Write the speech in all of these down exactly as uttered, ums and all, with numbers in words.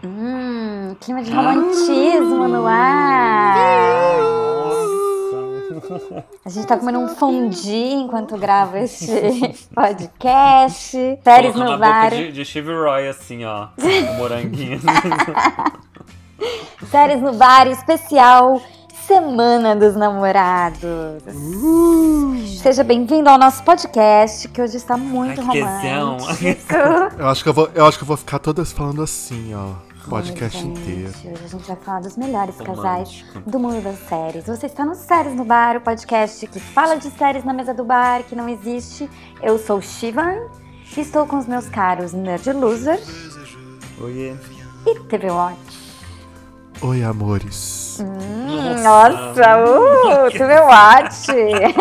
Hum, clima de romantismo no ar. A gente tá comendo um fondue enquanto grava este podcast. Séries no bar. De, de Steve Roy, assim, ó. Um moranguinho. Séries no bar especial Semana dos Namorados. Uh. Seja bem-vindo ao nosso podcast, que hoje está muito Ai, romântico. Eu acho que eu vou, eu acho que eu vou ficar todas falando assim, ó. Podcast Ai, gente, inteiro. Hoje a gente vai falar dos melhores Romântico. casais do mundo das séries. Você está no Séries no Bar, o podcast que fala de séries na mesa do bar, que não existe. Eu sou Shivan e estou com os meus caros Nerd Loser Oiê. e T V Watch. Oi, amores. Hum, nossa, uh, T V Watch.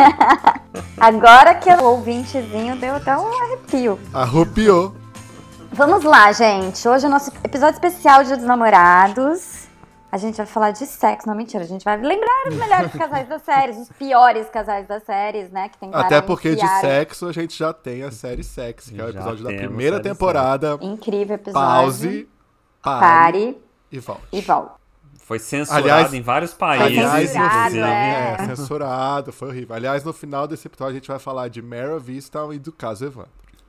Agora que o ouvintezinho deu até um arrepio. Arrupiou. Vamos lá, gente. Hoje é o nosso episódio especial Dia dos Namorados. A gente vai falar de sexo. Não, mentira. A gente vai lembrar os melhores casais das séries, os piores casais das séries, né? Que tentaram Até porque enfiar... de sexo a gente já tem a série Sexy, que é o Já episódio da temos primeira série temporada. Incrível episódio. Pause, pare, Pare e volte. e volta. Foi censurado Aliás- em vários países, Aliás, censurado, inclusive. é. É, censurado, foi horrível. Aliás, no final desse episódio a gente vai falar de Mare of Easttown e do caso Evandro.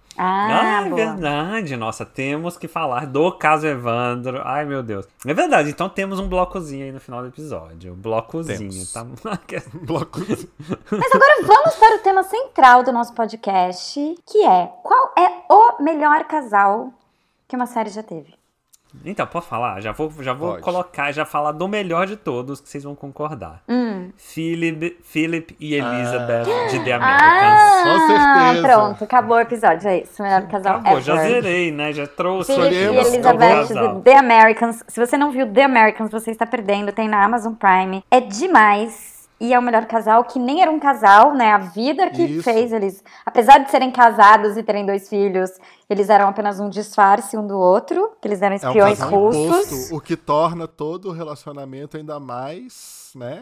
Ah, Ah, é boa. verdade. Nossa, temos que falar do caso Evandro. Ai, meu Deus. É verdade, então temos um blocozinho aí no final do episódio. Um blocozinho, Temos. tá? Bloco. Mas agora vamos para o tema central do nosso podcast, que é: qual é o melhor casal que uma série já teve? Então, pode falar? Já vou, já vou Pode. colocar, já falar do melhor de todos, que vocês vão concordar. Hum. Philip, Philip e Elizabeth de The Americans. Ah, Com certeza. pronto, acabou o episódio, é isso. O melhor casal Acabou, ever. já zerei, né? Já trouxe Philip aqui e Escolhemos o Elizabeth casal. de The Americans. Se você não viu The Americans, você está perdendo. Tem na Amazon Prime. É demais. E é o melhor casal, que nem era um casal, né? A vida que Isso. fez eles... Apesar de serem casados e terem dois filhos, eles eram apenas um disfarce um do outro. Que eles eram É um espiões casal russos. imposto, o que torna todo o relacionamento ainda mais, né?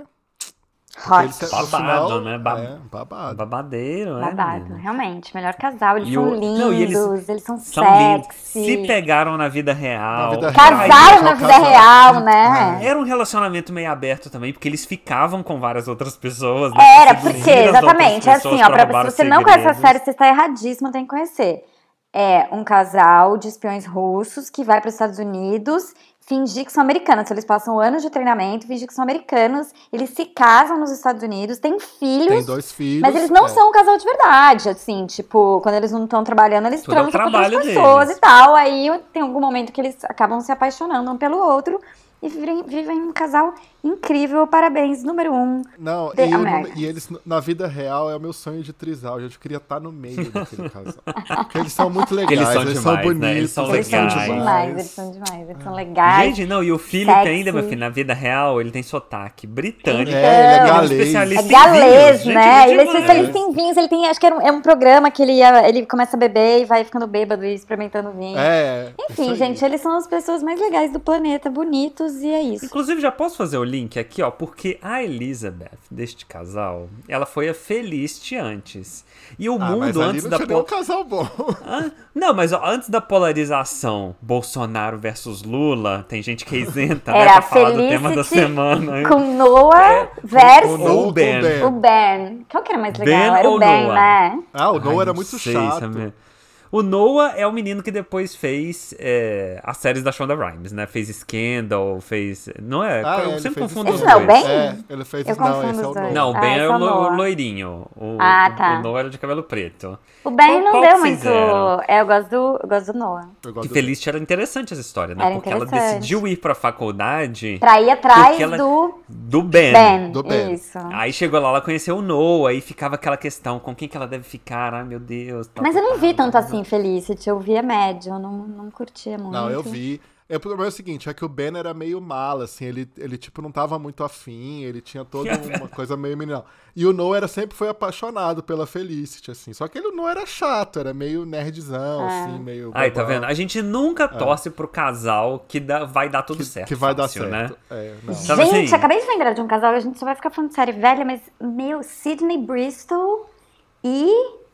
Hot. Eles- no Babado, final, né? Bab- É, babado. Babadeiro, né? Babado, menina? realmente. Melhor casal. Eles E são o- lindos, não, e eles, eles são São lindos. sexy. Se pegaram na vida real. Na vida real. Casaram na Casal. vida real, né? Era um relacionamento meio aberto também, porque eles ficavam com várias outras pessoas. Né, Era, pra seduzir porque, as outras exatamente, é pessoas assim, ó, pra, roubar se você não conhece a segredos. série, você está erradíssimo, tem que conhecer. É um casal de espiões russos que vai para os Estados Unidos fingir que são americanos. Então, eles passam anos de treinamento, fingir que são americanos, eles se casam nos Estados Unidos, têm filhos, Tem dois filhos. mas eles não é. são um casal de verdade, assim, tipo, quando eles não estão trabalhando, eles Tudo é o transam com outras trabalho pessoas deles. e tal, aí tem algum momento que eles acabam se apaixonando um pelo outro e vivem, vivem um casal incrível. Parabéns, número um. Não, The e, o- Americans. e eles, na vida real, é o meu sonho de trisal. Eu queria estar no meio daquele casal. Porque eles são muito legais, Eles são eles demais, são né? bonitos. Eles são Eles são legais. demais, eles são demais, eles são legais. Gente, não, e o Philip sexy. ainda, meu filho, na vida real, ele tem sotaque britânico. É, ele é um galês. especialista É em galês, vinhos. né? Gente, Ele é demais. especialista em vinhos. Ele tem, acho que era um, é um programa que ele, ia, ele começa a beber e vai ficando bêbado e experimentando vinho. É. Enfim, isso aí. gente, eles são as pessoas mais legais do planeta, bonitos, e é isso. Inclusive, já posso fazer o link aqui, ó, porque a Elizabeth deste casal, ela foi a Felicity antes. E o Ah, mas mundo ali antes não da tinha nem um po- casal bom. Ah, não, mas ó, antes da polarização Bolsonaro versus Lula, tem gente que é isenta, né, Era pra a falar do tema da Felicity semana. com Noah É, versus o Noah o com Ben. Ben. o Ben. Qual que era mais legal? Ben era ou o Ben, Noah? né? Ah, o Ai, Noah era não muito sei, chato. sabe? O Noah é o menino que depois fez é, as séries da Shonda Rhimes, né? Fez Scandal, fez... Não é? Ah, é, Eu ele sempre fez confundo Esse os não é o dois. Ben? É, ele fez Eu não, confundo esse é o os dois. Noah. Não, o Ah, Ben esse é é o o lo- Noah. loirinho. O, Ah, tá. o Noah era de cabelo preto. O Ben Qual- não qual deu que muito... fizeram? É, eu gosto do, eu gosto do Noah. Eu gosto Que dele. Felicity era interessante essa história, né? Era Porque ela interessante. decidiu ir pra faculdade Pra ir atrás Porque ela- do do Ben. Ben. Do Ben. Isso. Aí chegou lá, ela conheceu o Noah, aí ficava aquela questão, com quem que ela deve ficar? Ai, meu Deus. tal, Mas eu não tal, vi tal, tanto tal. assim Felicity, eu via médio, eu não, não curtia muito. Não, eu vi. É, o problema é o seguinte, é que o Ben era meio mala, assim, ele, ele tipo, não tava muito afim, ele tinha toda uma coisa meio menina. E o Noah era, sempre foi apaixonado pela Felicity, assim, só que ele não era chato, era meio nerdzão, É. assim, meio... Aí, tá bobão, vendo? A gente nunca torce pro casal que dá- vai dar tudo Que, certo. que vai fácil, dar né? certo. É, não. Sabe Gente, assim? acabei de lembrar de um casal, a gente só vai ficar falando de série velha, mas, meu, Sydney Bristol e...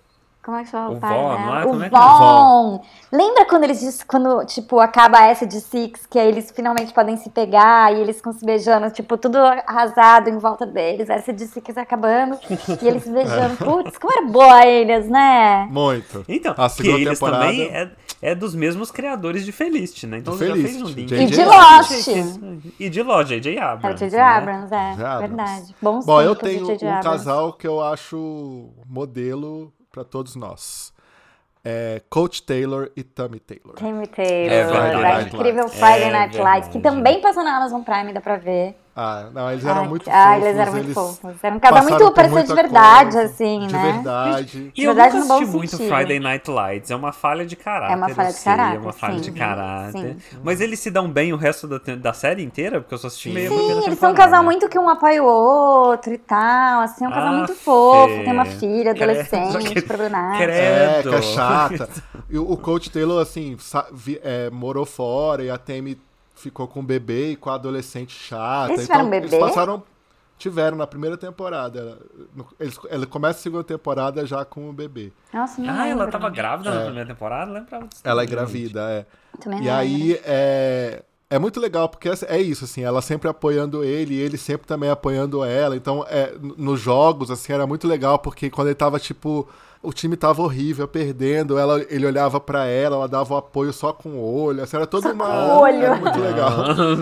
Como é que chama o, O pai Vaughn, dela? não é? O Como é que é? Vaughn. Lembra quando eles diz- quando, tipo, acaba a Acid Six, que aí eles finalmente podem se pegar e eles ficam se beijando, tipo, tudo arrasado em volta deles, a Acid Six acabando e eles se beijando. Putz, como era boa eles, né? Muito. Então, A que segunda eles temporada... também é, é dos mesmos criadores de Felicity, né? Então Do você já fez um Felicity, link. J J. E de Abrams. Lost. E de Lost, J J. É o Abrams. J J. né? Abrams, é, J J. Abrams. verdade. Bons Bom, eu tempos de tenho J J. um Abrams. casal que eu acho modelo pra todos nós. É Coach Taylor e Tammy Taylor. Tammy Taylor, É verdade. da incrível Friday É Night Lights, que verdade. também passou na Amazon Prime, dá pra ver. Ah, não, eles eram Ai, muito que- fofos. ah, eles eram muito eles fofos. Era um casal passaram muito por parecido de muita verdade, coisa, assim, de né? verdade. E eu verdade, nunca no bom assisti muito sentido. Friday Night Lights. É uma falha de caráter. É uma falha eu de sei, caráter, É uma falha sim. de caráter. Sim. Mas eles se dão bem o resto da, te- da série inteira? Porque eu só assisti meio a Sim, primeira eles são um temporada. casal muito que um apoia o outro e tal, assim, é um casal Ah, muito fofo, Fê. tem uma filha Credo, adolescente, que- problemática. É, Credo. que é chata. E o o Coach Taylor, assim, sa- vi- é, morou fora e a Tammy ficou com o bebê e com a adolescente chata. Eles tiveram um Eles bebê? passaram... Tiveram na primeira temporada. No- Eles, ele começa a segunda temporada já com o bebê. Nossa, não Ah, ela lembro. tava grávida na primeira temporada? Lembrava disso. Ela é também, gravida, é. Também E não aí é, é muito legal, porque é isso, assim, ela sempre apoiando ele e ele sempre também apoiando ela. Então, é, n- nos jogos, assim, era muito legal, porque quando ele tava, tipo, o time tava horrível, perdendo, ela, ele olhava pra ela, ela dava o apoio só com o olho, assim, era toda uma... com o olho. Era muito legal.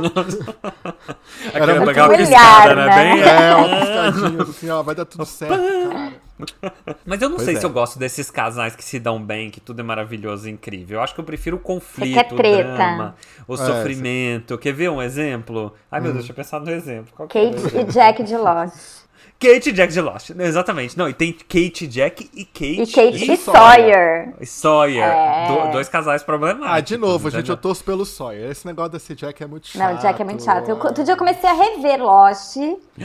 Aquela muito legal olhar, piscada, né? né? Bem... É, uma piscadinha, assim, ó, vai dar tudo certo, cara. Mas eu não Pois sei é. se eu gosto desses casais que se dão bem, que tudo é maravilhoso e incrível. Eu acho que eu prefiro o conflito, quer o treta. drama, o É, sofrimento. Quer ver um exemplo? Ai, meu Deus, deixa eu pensar no exemplo. Qual que é o Kate exemplo? e Jack de Lost. Kate e Jack de Lost. Exatamente. Não, e tem Kate e Jack e Kate E Kate e Sawyer. Sawyer. e Sawyer. É. Do- dois casais problemáticos. Ah, de novo, gente, entendeu? eu torço pelo Sawyer. Esse negócio desse Jack é muito chato. Não, o Jack é muito chato. Eu, outro dia eu comecei a rever Lost.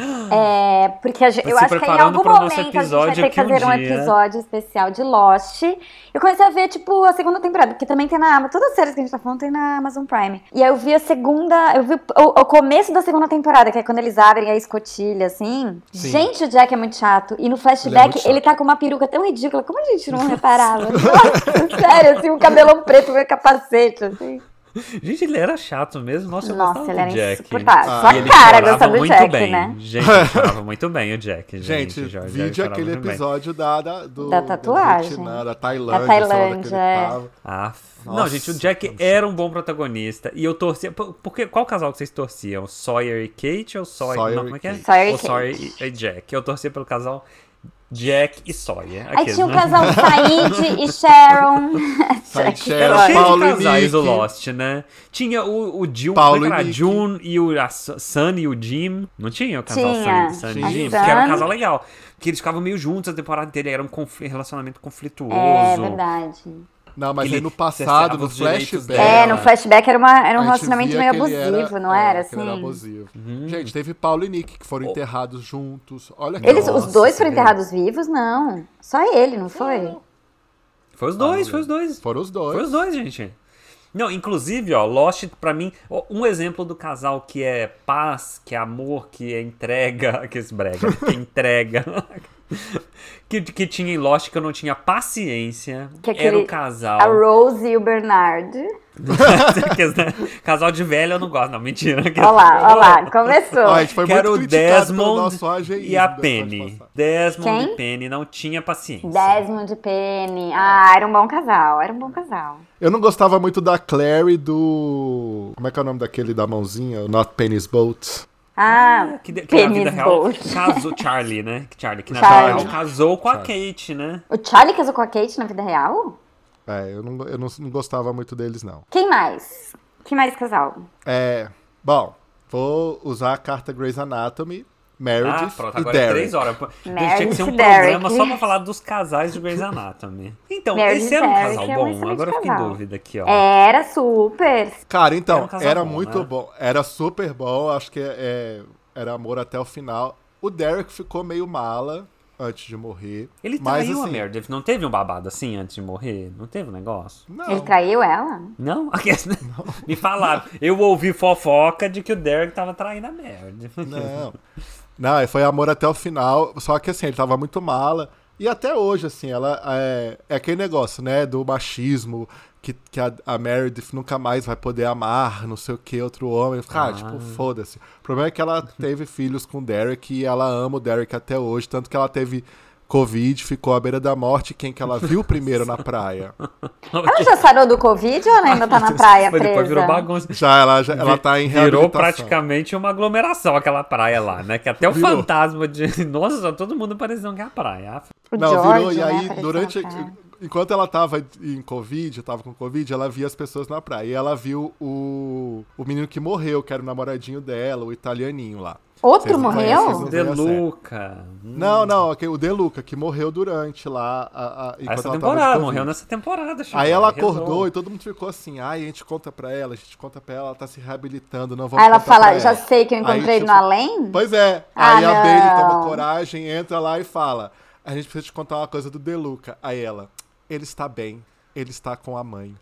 é, porque a gente- Vai eu se acho que em preparando algum pro nosso momento a gente vai episódio ter que que um fazer um dia- episódio especial de Lost. Eu comecei a ver, tipo, a segunda temporada, porque também tem na Amazon. Todas as séries que a gente tá falando tem na Amazon Prime. E aí eu vi a segunda. Eu vi o, o começo da segunda temporada, que é quando eles abrem a escotilha, assim. Sim. Gente, o Jack é muito chato. E no Ele é flashback, muito ele, chato. tá com uma peruca tão ridícula. Como a gente não reparava? Nossa, sério, assim, um cabelão preto com capacete, assim. Gente, ele era chato mesmo. Nossa, eu Nossa, gostava ele era do Jack. insuportável. Ah. Só E ele a cara chorava gostava do muito Jack, bem. né? Gente, ele chorava muito bem o Jack. Gente, Gente, Jorge, vídeo chorava aquele muito bem. episódio da, da, do, Da tatuagem. do Vietnã, da Tailândia. Da sei lá, Tailândia, daquele é. tava. Ah, não, Nossa, gente, o Jack como era um bom protagonista. E eu torcia. por- Porque, qual casal que vocês torciam? Sawyer e Kate ou Sawyer? Sawyer não, como é que é? e Kate. Sawyer e ou Kate. Sawyer e, e Jack. Eu torcia pelo casal Jack e Sawyer. Aí Aqueles, tinha o né? casal Said e Sharon. Said, Jack e Sharon, Era Sawyer. cheio Paulo de e casais o Nick. Lost, né? Tinha o, o June, Paulo como é que e era? Nick. June e o a Su- Sun e o Jim. Não tinha o casal Tinha. Sun, Sun Tinha. e Jim? A Que era um Sun. casal legal. Que eles ficavam meio juntos a temporada inteira. Era um confl- relacionamento conflituoso. É verdade. Não, mas Ele aí no cerceava passado, no os direitos flashback... É, no flashback era, uma, era um a gente relacionamento via meio que ele abusivo, era- não é, era que ele era assim? abusivo. Uhum. Gente, teve Paulo e Nick, que foram enterrados juntos. Olha que Eles, Nossa, os dois foram sim. enterrados vivos? Não. Só ele, não foi? Foi os dois, Ah, foi os dois. Foram os dois. Foi os dois, gente. Não, inclusive, ó, Lost, pra mim, ó, um exemplo do casal que é paz, que é amor, que é entrega, que é brega, que é entrega, que, que tinha em Lost que eu não tinha paciência, Que era aquele- o casal. A Rose e o Bernard. Casal de velho eu não gosto, não, mentira. Olha lá, olha lá, começou. Ó, a gente foi Que era muito o criticado pelo Desmond nosso ageísmo e a do episódio Penny. passado. Desmond Quem? e Penny não tinha paciência. Desmond e Penny. Ah, era um bom casal, era um bom casal. Eu não gostava muito da Clary do... Como é que é o nome daquele da mãozinha? O Not Penny's Boat. Ah, Que, de- que na vida Penny's real Boat. casou, Charlie, né? Charlie, que na Charlie. vida real casou com a Charlie. Kate, né? O Charlie casou com a Kate na vida real? É, eu, não, eu não, não gostava muito deles, não. Quem mais? Quem mais casal? É, bom, vou usar a carta Grey's Anatomy, Meredith Ah, pronto, e agora é Derek. três horas. Gente, Meredith tinha que ser um e Derek. programa só pra falar dos casais de Grey's Anatomy. Então, Meredith esse era um e Derek casal é um bom. excelente Agora eu fiquei em casal. dúvida aqui, ó. Era super. Cara, então, Era um casal era bom, muito né? bom. Era super bom, acho que é, é, era amor até o final. O Derek ficou meio mala antes de morrer. Ele mas, traiu a assim, Meredith. Não teve um babado assim antes de morrer? Não teve um negócio? Não, Ele traiu ela? Não? Me falaram. Eu ouvi fofoca de que o Derek tava traindo a Meredith. não. Não, foi amor até o final. Só que assim, ele tava muito mala. E até hoje, assim, ela é, é aquele negócio, né, do machismo, que, que a, a Meredith nunca mais vai poder amar, não sei o que, outro homem. Cara, ah. tipo, foda-se. O problema é que ela teve filhos com o Derek e ela ama o Derek até hoje, tanto que ela teve Covid, ficou à beira da morte. Quem que ela viu primeiro na praia? Ela já sarou do Covid ou ela ainda tá na praia presa? Depois virou bagunça. Já, ela, já, ela tá em reabilitação. Virou praticamente uma aglomeração aquela praia lá, né? Que até o virou. fantasma de... Nossa, todo mundo parecendo que é a praia. O Não, George, virou, e aí, né, durante... Enquanto ela tava em Covid, eu tava com Covid, ela via as pessoas na praia. E ela viu o, o menino que morreu, que era o namoradinho dela, o italianinho lá. Outro morreu? De Luca. Hum. Não, não, o De Luca, que morreu durante lá. A, a, essa temporada, morreu nessa temporada. Aí ela acordou resolve. E todo mundo ficou assim, ai, a gente conta pra ela, a gente conta pra ela, ela tá se reabilitando, não vamos Aí ela contar fala, pra já ela. sei que eu encontrei aí, no tipo, além? Pois é, ah, aí não. a Bailey toma coragem, entra lá e fala, a gente precisa te contar uma coisa do De Luca. Aí ela, ele está bem. Ele está com a mãe.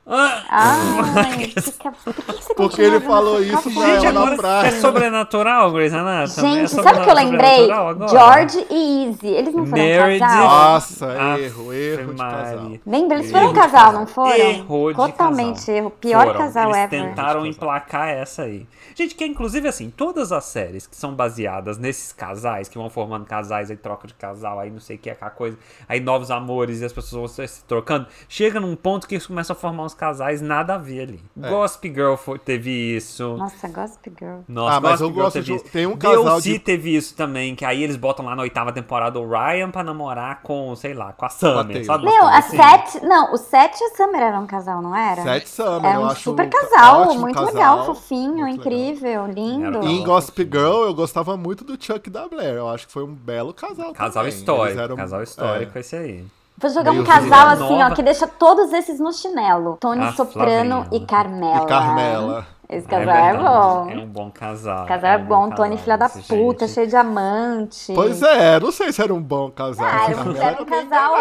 Ai, fica... Por que você Porque ele falou isso pra ela na praia. É sobrenatural, Grey's Anatomy? Gente, é sabe o que eu lembrei? George e Izzy. Eles não foram Meredith. um casal? Nossa, erro, erro de casal. Lembra? Eles foram um casal, não foram? Erro de Totalmente casal. erro. Pior foram. casal Eles ever. tentaram emplacar essa aí. Gente, que inclusive assim, todas as séries que são baseadas nesses casais, que vão formando casais, aí troca de casal, aí não sei o que, aquela coisa, aí novos amores e as pessoas vão se trocando, chega num ponto que eles começam a formar uns casais nada a ver ali. É. Gossip Girl foi, teve isso. Nossa, Gossip Girl. Nossa, ah, mas Gossip eu Girl gosto teve de... isso. Tem um casal D L C de... teve isso também, que aí eles botam lá na oitava temporada o Ryan pra namorar com, sei lá, com a Summer, sabe? Meu, a assim. Seth... Não, o Seth e a Summer eram um casal, não era? Seth e Summer, era eu um acho super casal, ótimo muito casal, legal, fofinho, muito incrível, legal. lindo. E em Gossip Girl, eu gostava muito do Chuck e da Blair. Eu acho que foi um belo casal Casal também. histórico, eram... casal histórico é. esse aí. Vou jogar Meio um casal assim, nova. ó, que deixa todos esses no chinelo. Tony Ah, Soprano Flavinha. e Carmela. E Carmela. Esse É casal é, bom. É um bom casal. Esse casal é, um bom. casal, Tony, filha da gente. puta, cheio de amante. Pois é, não sei se era um bom casal. Ah, era, um, era um casal.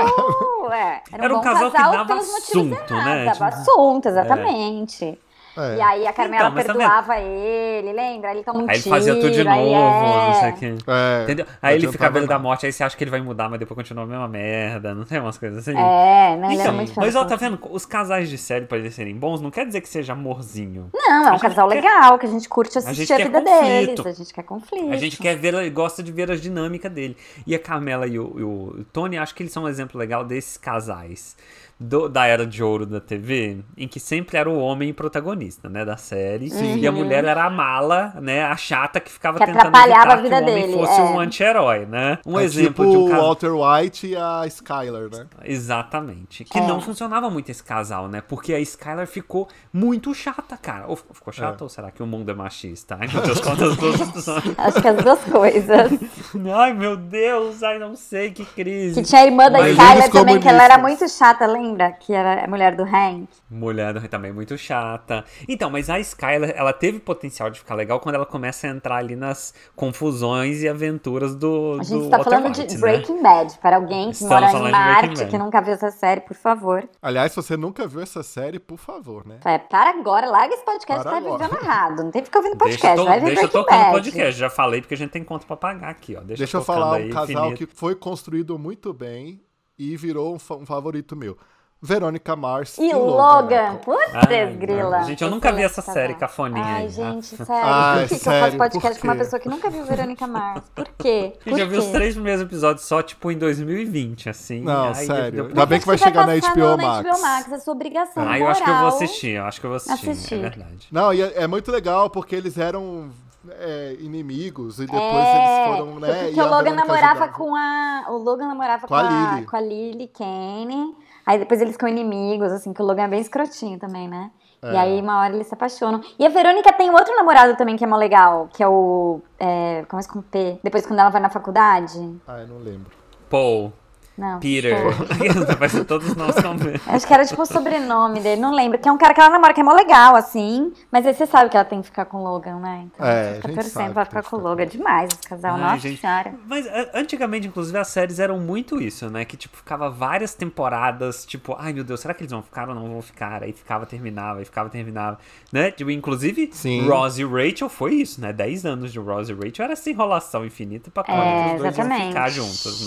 É, era um, Era um bom casal casal, que dava pelos motivos assunto, errados, né? Dava Tipo, assunto, exatamente. É. E aí a Carmela Então, mas perdoava ele, lembra? Ele toma um Aí ele tiro, fazia tudo de aí novo, é... não sei o quê. É, Entendeu? Aí ele fica à beira não. da morte, aí você acha que ele vai mudar, mas depois continua a mesma merda, não tem umas coisas assim? É, não, ele então, era muito mas ó, fácil. tá vendo? Os casais de série, pra eles serem bons, não quer dizer que seja amorzinho. Não, é um A gente casal quer- legal, que a gente curte A assistir gente a, quer vida conflito. deles. A gente quer conflito. A gente quer ver, gosta de ver a dinâmica dele. E a Carmela e o, e o Tony, acho que eles são um exemplo legal desses casais. Do, da era de ouro da T V, em que sempre era o homem protagonista, né, da série. Sim. E a mulher era a mala, né, a chata que ficava Que tentando atrapalhava evitar a vida que o homem dele, fosse é. um anti-herói, né? Um É exemplo tipo de um o casal... Walter White e a Skyler, né? Exatamente. Que É. não funcionava muito esse casal, né? Porque a Skylar ficou muito chata, cara. Ou ficou chata É. ou será que o mundo é machista? Ai, meu Deus, quantas duas Acho que as duas coisas. Ai, meu Deus, ai, não sei, que crise. Que tinha a irmã da Mas Skyler eles também, que ela era muito comunistas. chata, lembra? Que era a mulher do Hank. Mulher do- também muito chata. Então, mas a Skylar, ela teve potencial de ficar legal quando ela começa a entrar ali nas confusões e aventuras do A gente do está Walter falando White, de né? Breaking Bad. Para alguém que Estamos mora falando em de Breaking Marte, Bad. que nunca viu essa série, por favor. Aliás, se você nunca viu essa série, por favor, né? É, para agora, larga esse podcast Para que tá agora. vivendo errado. Não tem que ficar ouvindo Deixa, podcast, to, vai ver deixa Breaking tocando Bad. podcast, já falei porque a gente tem conta pra pagar aqui, ó. Deixa, Deixa eu tocando falar aí, um casal infinito. que foi construído muito bem e virou um, fa- um favorito meu. Verônica Mars E Logan. Logan, Apple. putz, Ai, grila. gente, eu nunca vi essa Excelente série casal. cafoninha Ai, aí. gente, sério. Ai, por que, que eu sério, faço podcast por com uma quê? pessoa que nunca viu Verônica Mars? Por quê? Por Eu já vi quê? os três primeiros episódios só, tipo, em dois mil e vinte, assim. Não, aí sério. depois- Ainda bem que vai Você chegar na passar H B O no- na Max. H B O Max, é sua obrigação Ah, eu acho que eu vou moral. assistir, eu acho que eu vou assistir, Assistir. é verdade. Não, e é, é muito legal porque eles eram é, inimigos e depois É, eles foram, né? Porque e a o Logan Verônica namorava ajudava. com a. O Logan namorava Com a com, a, Lily. com a Lily Kane. Aí depois eles ficam inimigos, assim, que o Logan é bem escrotinho também, né? E É. aí, uma hora eles se apaixonam. E a Verônica tem outro namorado também que é mó legal, que é o. É, começa com P. Depois, quando ela vai na faculdade. Ah, eu não lembro. Paul, Não. Peter, pô. vai ser todos os nomes também. Acho que era tipo o sobrenome dele, não lembro. Que é um cara que ela namora, que é mó legal, assim. Mas aí você sabe que ela tem que ficar com o Logan, né? Então É, você a fica gente torcendo sabe pra que ficar tem com o que Logan. É demais esse casal, Ai, nossa gente, senhora. Mas a- antigamente, inclusive, as séries eram muito isso, né? Que, tipo, ficava várias temporadas, tipo, ai meu Deus, será que eles vão ficar ou não vão ficar? Aí ficava, terminava, aí ficava, terminava, né? Tipo, inclusive, Sim. Ross e Rachel foi isso, né? Dez anos de Ross e Rachel era essa enrolação infinita pra quando É, os dois iam exatamente. ficar juntos, né?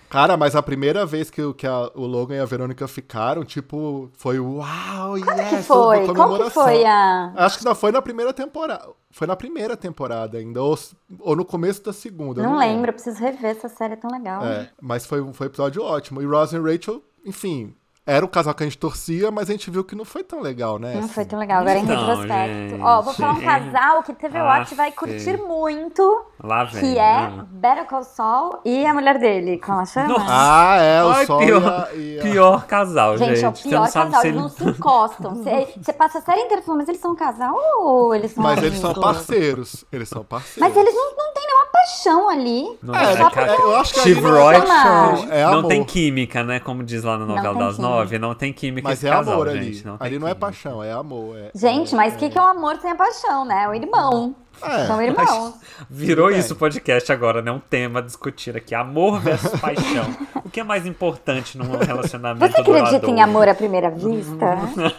Cara, mas a primeira vez que, o- que a- o Logan e a Verônica ficaram, tipo, foi uau, yes, Como que foi? Como que comemoração. foi a... Acho que não foi na primeira temporada. Foi na primeira temporada ainda, ou, ou no começo da segunda. eu Não lembro, eu preciso rever essa série, é tão legal. É, mas foi, um- foi um episódio ótimo. E Ross e Rachel, enfim, era o casal que a gente torcia, mas a gente viu que não foi tão legal, né? Não assim. foi tão legal, agora em Então, retrospecto. gente. Ó, vou falar um casal que T V Watch Ah, vai sim. curtir muito, Lá vem. que é ah. Better Call Saul e a mulher dele, como ela chama? Nossa. Ah, é, o Ai, Sol pior, e a... E a... pior casal, gente. Gente, é o Você pior não sabe casal, se eles ele... não se encostam. Você, você passa a série inteira falando, mas eles são um casal ou eles são Mas amigos? eles são parceiros. Eles são parceiros. Mas eles não, não têm nenhuma paixão ali. Não, É, é, só cara, é, eu acho que Steve ali não é Roy paixão, é não amor. tem química, né? Como diz lá na Não novela tem das química. nove, não tem química Mas esse é casal, amor gente. ali. Não tem Ali não é química. paixão, é amor. é- Gente, é- mas o que, que é o amor sem a paixão, né? O irmão. É. São irmãos. Virou Tudo bem. isso o podcast agora, né? Um tema a discutir aqui. Amor versus paixão. O que é mais importante num relacionamento Você acredita duradouro? em amor à primeira vista?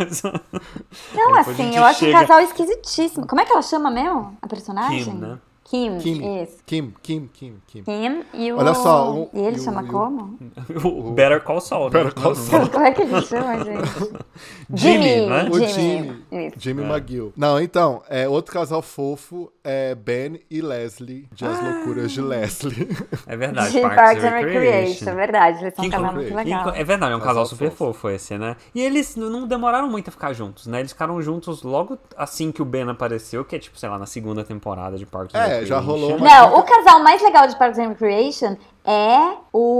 Não, Depois a assim, gente eu acho chega- um casal esquisitíssimo. Como é que ela chama mesmo? A personagem? Kim, né? Kim, Kim, isso. Kim, Kim, Kim, Kim. Kim e o... Olha só, o- E ele e o- chama e o- como? O Better Call Saul, né? Better Call Saul. Como é que ele chama, gente? Jimmy, né? O Jimmy. Isso. Jimmy É. McGill. Não, então, é, outro casal fofo é Ben e Leslie, de As Loucuras de Leslie. É verdade, De Parks, Parks and and Recreation, é verdade. Eles são um Que casal inclu- muito que legal. É verdade, é um casal Casal super fofo. fofo esse, né? E eles n- não demoraram muito a ficar juntos, né? Eles ficaram juntos logo assim que o Ben apareceu, que é tipo, sei lá, na segunda temporada de Parks and É, Recreation. já rolou uma- Não, o casal mais legal de Parks and Recreation é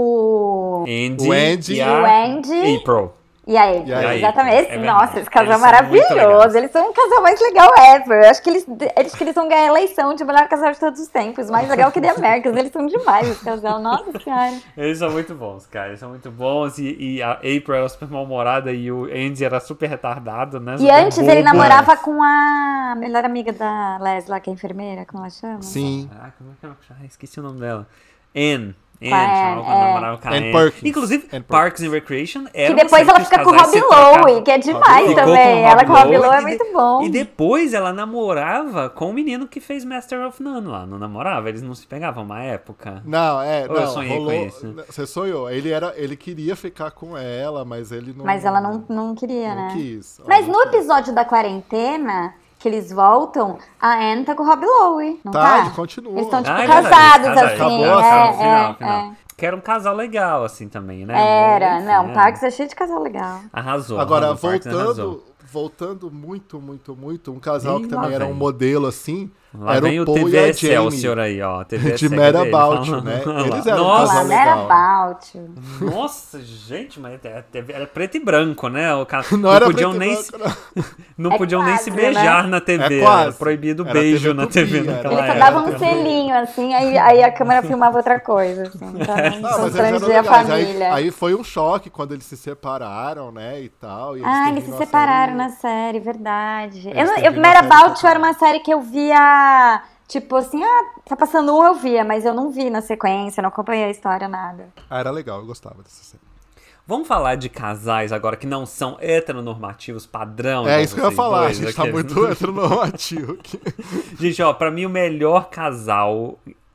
o... Andy, O Andy. e a O Andy. April. E aí, E aí? exatamente. É Esse, verdade. nossa, esse casal é Eles são muito legais. maravilhoso. Eles são o casal mais legal ever. Eu acho que eles, eles, que eles vão ganhar a eleição de melhor casal de todos os tempos. Mais legal que The Americans. Eles são demais, esse casal. Nossa senhora. Eles são muito bons, cara. Eles são muito bons. E, e a April era super mal-humorada e o Andy era super retardado, né? E Super antes bobo. ele namorava com a melhor amiga da Leslie, lá, que é a enfermeira, como ela chama? Sim. Ah, como é que ela chama? Esqueci o nome dela. Anne. Anne, Com a Anne, chamava quando é. namorava com a Anne Anne. Perkins. Inclusive, Anne Parks and Recreation era Que uma depois série ela que os fica com o casais Rob se trocavam. Lowe, que é demais Ficou também. com o Ela com o Rob Lowe Lowe é e de- muito bom. E depois ela namorava com o menino que fez Master of None lá. Não namorava? Eles não se pegavam uma época? Não, é, Ou eu não, sonhei com rolou. isso? Você sonhou. Ele, era, ele queria ficar com ela, mas ele não. Mas ela não, não queria, não né? quis. Ela Mas não no quis. episódio da quarentena, que eles voltam, a Anne tá com o Rob Lowe, não Tá, tá? ele continua. Eles estão, tipo, Ah, é verdade, casados, eles casaram, assim. acabou, é, acabou, é, final, final. é. Que era um casal legal, assim, também, né? Era, Enfim, não, é. Parks é cheio de casal legal. Arrasou. Agora, arrasou, Parks arrasou. voltando, voltando muito, muito, muito, um casal Ih, que lá também era vem. um modelo assim, Lá era vem o o Paul T e V a Excelsior Jamie. aí, ó. T V De Excelsior, Mad cadê About, ele? né? Olha lá. Eles eram um Nossa, casal Lá, legal. About. Nossa, gente, mas é- é- era preto e branco, né? O cara, Não não, era podiam preto e nem, branco, se, não. não É podiam nem quase, se né? beijar na T V. É Era quase. proibido Era beijo T V na T V Tupi, era. naquela Eles só época. davam um selinho, assim, aí, aí a câmera filmava outra coisa, assim, pra Ah, não mas eles eram constranger a legais. Aí, família. aí foi um choque quando eles se separaram, né, e tal. E Ah, eles se terminam a separaram série. na série, verdade. Eles Eu, não- eu, terminam a Mad série About separados. era uma série que eu via, tipo assim, ah, tá passando um, eu via, mas eu não vi na sequência, não acompanhei a história, nada. Ah, era legal, eu gostava dessa série. Vamos falar de casais agora que não são heteronormativos padrão. É igual isso que eu ia vocês falar, a dois, gente tá aqueles- muito heteronormativo aqui. Gente, ó, pra mim o melhor casal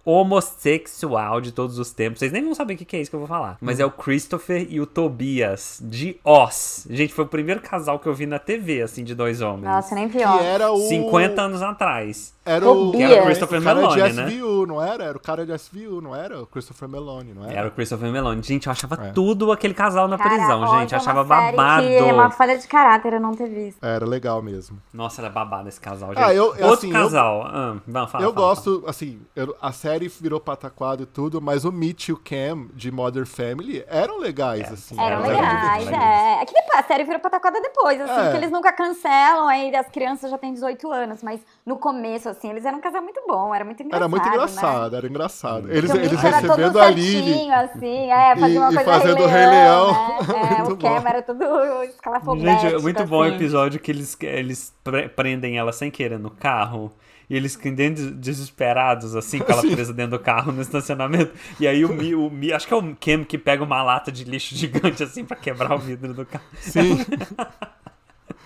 homossexual de todos os tempos. Vocês nem vão saber o que que é isso que eu vou falar. Mas é o Christopher e o Tobias, de Oz. Gente, foi o primeiro casal que eu vi na T V, assim, de dois homens. Nossa, nem vi, Que ó. era o... cinquenta anos atrás. Era o, Tobias. Que era o Christopher o cara Meloni, de né? S V U, não era? Era o cara de S V U, não era? O Christopher Meloni, não era? Era o Christopher Meloni. Gente, eu achava É. tudo aquele casal na Cara, prisão, Oz gente. é Eu uma achava série babado. Que é uma falha de caráter eu não ter visto. Era legal mesmo. Nossa, era babado esse casal, gente. Ah, eu- eu, Outro assim, eu- casal. Ah, vamos falar. eu gosto, assim, eu- a série virou pataquado e tudo, mas o Mitch e o Cam de Modern Family eram legais, assim. Eram Eram legais, divertidos. é. É que depois, a série virou pataquada depois, assim, É. porque eles nunca cancelam, aí as crianças já têm dezoito anos, mas no começo, assim, eles eram um casal muito bom, era muito engraçado, Era muito né? engraçado, era engraçado. Eles, Porque o eles Mitch era todo recebendo a Lily. certinho, assim, é, fazia E- uma e coisa fazendo Rei Rei Leão, Leão. né? É, o Muito Cam bom. era todo escalafobético, Gente, é muito bom o assim. episódio que eles, eles pre- prendem ela sem querer no carro. E eles ficam des- desesperados, assim, com ela Sim. presa dentro do carro no estacionamento. E aí o Mi, o Mi, acho que é o Cam que pega uma lata de lixo gigante, assim, pra quebrar o vidro do carro. Sim.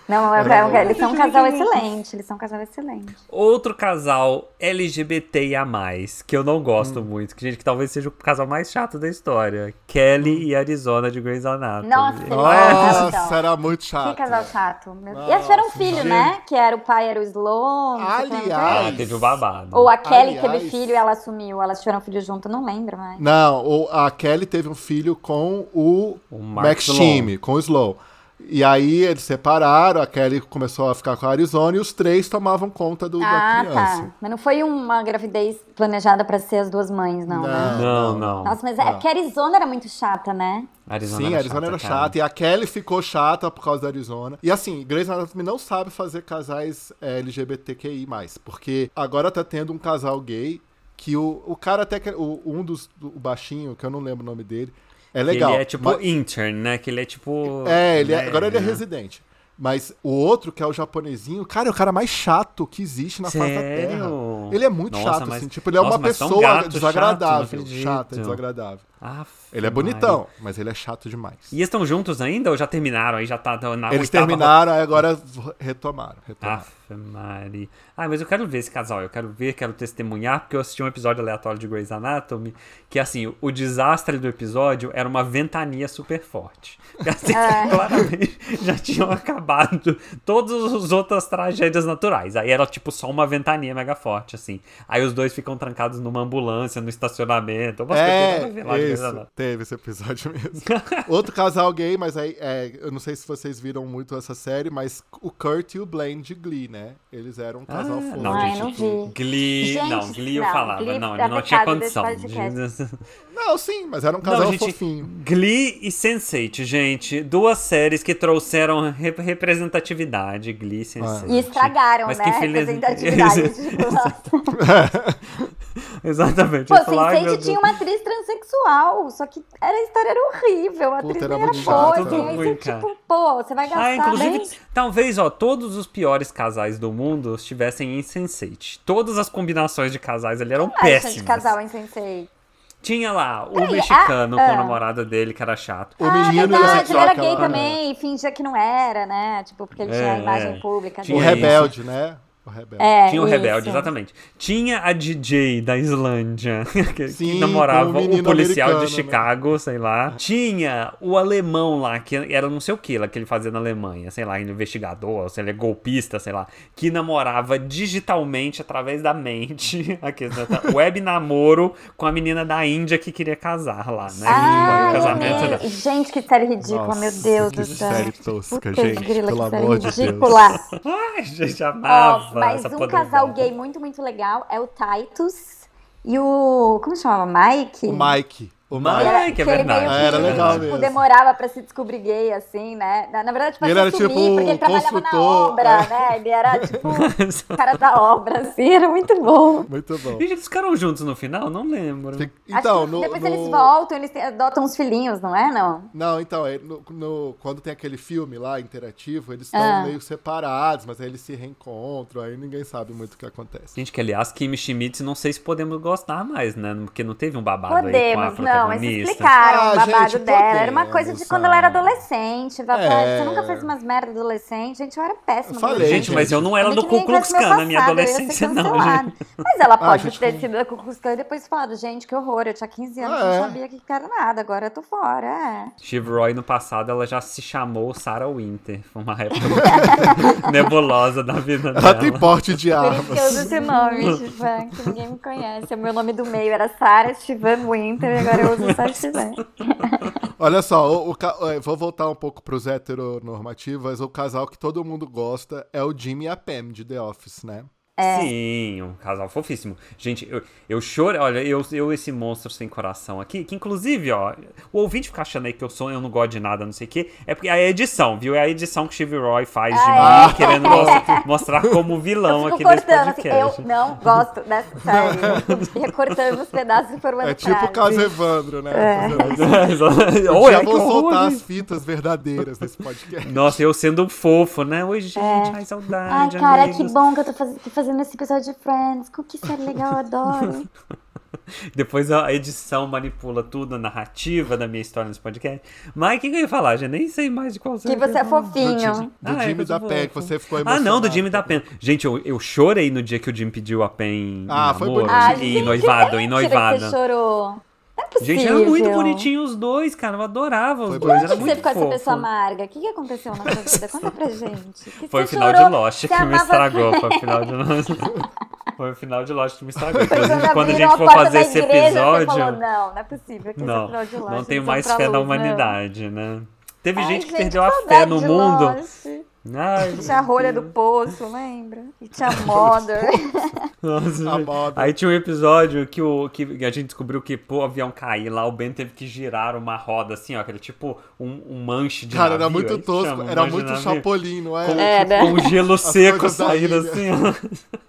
Não, é, Era é, eles são um casal excelente. Eles são um casal excelente. Outro casal L G B T I A mais, que eu não gosto Hum. muito, que, gente, que talvez seja o casal mais chato da história. Kelly e Arizona de Grey's Anatomy. Nossa, Nossa, era muito chato. Que casal chato. Meu... Nossa, E eles tiveram um filho, gente. né? Que era o pai, era o Sloan. não sei como Aliás- é. Ah, teve o babado. Ou a Kelly Aliás- teve filho e ela assumiu. Elas tiveram filho junto, não lembro mais. Não, o- a Kelly teve um filho com o, O Mark Max Sloan. Time, com o Slow. E aí eles separaram, a Kelly começou a ficar com a Arizona e os três tomavam conta do, Ah, da criança. tá. Mas não foi uma gravidez planejada pra ser as duas mães, não, né? Não, não. Nossa, mas é porque a Arizona era muito chata, né? Arizona Sim, era a Arizona era cara. chata. E a Kelly ficou chata por causa da Arizona. E assim, Grey's Anatomy não sabe fazer casais é, L G B T Q I mais. Porque agora tá tendo um casal gay que o, o cara até... que o, um dos... Do, o baixinho, que eu não lembro o nome dele, é legal. Ele é tipo mas- intern, né? Que ele é tipo... É, ele é- né, agora ele é né? residente. Mas o outro, que é o japonesinho, cara, é o cara mais chato que existe na face da Sério? Terra. Ele é muito Nossa, chato, mas- assim. Tipo, ele é nossa, uma mas tão pessoa gato, desagradável. chato, não acredito. Chata, desagradável. Aff, Ele é bonitão, mas ele é chato demais. E eles estão juntos ainda ou já terminaram? Aí já tá na Eles oitava terminaram, aí agora retomaram. retomaram. Aff, Mari. Ah, mas eu quero ver esse casal. Eu quero ver, quero testemunhar, porque eu assisti um episódio aleatório de Grey's Anatomy, que assim, o desastre do episódio era uma ventania super forte. Porque, assim, claramente já tinham acabado todas as outras tragédias naturais. Aí era tipo só uma ventania mega forte, assim. Aí os dois ficam trancados numa ambulância, no estacionamento. Umas coisas nada a ver lá de É, Grey's isso, Anatomy. teve esse episódio mesmo. Outro casal gay, mas aí, é, eu não sei se vocês viram muito essa série, mas o Kurt e o Blaine de Glee, né? Eles eram um casal Ah, fofo. não, Ai, gente, não vi. Glee, Gente, não, Glee eu não, falava, Glee não, é ele não tinha pecado desse condição. podcast. Não, sim, mas era um casal Não, gente, fofinho. Glee e sense eight, gente, duas séries que trouxeram rep- representatividade, Glee e sense eight. E estragaram, Mas né? que feliz- Representatividade. Tipo, nossa. Exatamente. Pô, eu ia falar, ai, sense meu eight tinha Deus. uma atriz transexual, só que era, a história era horrível, a Puta, atriz era nem era muito boa, chato, assim, tudo aí ruim, você, cara. tipo, pô, você vai gastar Ah, inclusive, bem... talvez, ó, todos os piores casais do mundo estivessem em sense eight. Todas as combinações de casais ali eram Ah, péssimas. gente, casal em sense eight. Tinha lá o Peraí, mexicano ah, com ah. a namorada dele, que era chato. O Ah, menino verdade, ele homossexual era que gay ela- também e fingia que não era, né? Tipo, porque ele tinha a É, imagem é. pública Tinha O dele. isso. rebelde, né? O rebelde. É, Tinha o isso. rebelde, exatamente. Tinha a D J da Islândia, que, Sim, que namorava com o o menino policial de americano, né? Chicago, sei lá. Tinha o alemão lá, que era não sei o que lá que ele fazia na Alemanha, sei lá, investigador, sei lá, golpista, sei lá, que namorava digitalmente através da mente, aqui, web namoro com a menina da Índia que queria casar lá, né? Ah, o casamento meu dela. Deus. Gente, que série ridícula, Nossa, meu Deus que do céu. série tosca, Puta gente, grila, pelo que série amor de Deus. ridícula. Ai, gente, Ó, amava mas essa um podridão. casal gay muito, muito legal é o Titus e o... Como chamava? Mike? O Mike. O Mike. Mike. Ai, que é ele verdade. meio Ah, era legal tipo, mesmo. demorava pra se descobrir gay, assim, né? Na, na verdade, pra E se ele era, assumir, tipo, porque ele trabalhava na construtor, obra, é. né? Ele era, tipo, o cara da obra, assim, era muito bom. Muito bom. Gente, eles ficaram juntos no final? Não lembro. Fic- Acho Então, que no, depois no- eles voltam, eles têm- adotam uns filhinhos, não é, não? Não, então, é, no- no- quando tem aquele filme lá, interativo, eles estão Ah. meio separados, mas aí eles se reencontram, aí ninguém sabe muito o que acontece. Gente, que aliás, Kimi Schmidt, não sei se podemos gostar mais, né? Porque não teve um babado aí com a Podemos, não, mas protagonista. explicaram Ah, o babado gente, dela. Era uma podemos, coisa de sabe? quando ela era adolescente. Vai, É. Você nunca fez umas merda adolescente? Gente, eu era péssima. Eu falei, adolescente. Gente, mas eu não era Ainda do que Ku ninguém Klux conhece meu Klan na minha passado, eu ia ser adolescência, não, cancelada. gente. Mas ela pode gente, ter como- sido da Ku Klux Klan e depois falado, gente, que horror, eu tinha quinze anos, Ah, não é. sabia que era nada, agora eu tô fora, é. Steve Roy, no passado, ela já se chamou Sarah Winter. Foi uma época nebulosa da vida Ela dela. tem porte de Por isso que eu uso armas. esse nome, Stivan, que ninguém me conhece. O meu nome do meio era Sarah Stivan Winter e agora eu uso só Stivan. Olha só, o, o ca- é, vou voltar um pouco pros heteronormativos. O casal que todo mundo gosta é o Jimmy e a Pam, de The Office, né? Sim, um casal fofíssimo. Gente, eu, eu choro, olha, eu, eu esse monstro sem coração aqui, que inclusive, ó, o ouvinte fica achando aí que eu sou, eu não gosto de nada, não sei o quê, é porque é a edição, viu? É a edição que Steve Roy faz de Ah, mim, querendo mostrar, mostrar como vilão Eu aqui fico desse cortando, assim, podcast. eu não gosto dessa série. Eu fico recortando os pedaços e formando É tipo o frase. caso Evandro, né? Oi, Já ai, que vou horror, soltar gente. as fitas verdadeiras desse podcast. Nossa, eu sendo um fofo, né? Oi, gente, ai, saudade, Ai, cara, amigos. que bom que eu tô faz- aqui fazendo esse episódio de Friends. Com que série legal, eu adoro. Depois a edição manipula tudo, a narrativa da minha história nesse podcast. Mas o que, que eu ia falar, gente? Nem sei mais de qual Que você é fofinho. Do Ah, Jimmy é, da eu Pen, que vou- você ficou Ah, emocionado. não, do Jimmy da Pen. Gente, eu, eu chorei no dia que o Jimmy pediu a Pen Ah, em foi namoro. bonitinho. Ah, E gente, noivado, é em mentira que noivado. você chorou. Não é possível. Gente, era muito bonitinho os dois, cara. Eu adorava os Foi dois. bonitinho. Era Por que muito você ficou essa fofo. pessoa amarga? O que, que aconteceu na sua vida? Conta pra gente. Que Foi o você final chorou, de Lost você que me amava- estragou. Foi o final de Lost. Foi o final de Lost que me estragou. Quando Inclusive, quando a abriram gente for porta fazer da esse igreja, episódio. Você falou, não, não é possível que Não, esse final de Lost, não tenho eles vão mais pra fé na luz, não. humanidade, né? Teve Ai, gente que gente, perdeu a saudade fé no de mundo. Lost. Ai, Tinha a rolha do poço, lembra? E tinha a Mother. Nossa, A gente. moda. Aí tinha um episódio que, o, que a gente descobriu que pro avião cair lá, o Ben teve que girar uma roda assim, ó, que era tipo um, um manche de Cara, navio. era muito aí que tosco, chama, um era manche de muito navio. chapolin, não Com, é? É, né? com gelo seco coisas da saindo ilha. assim, ó.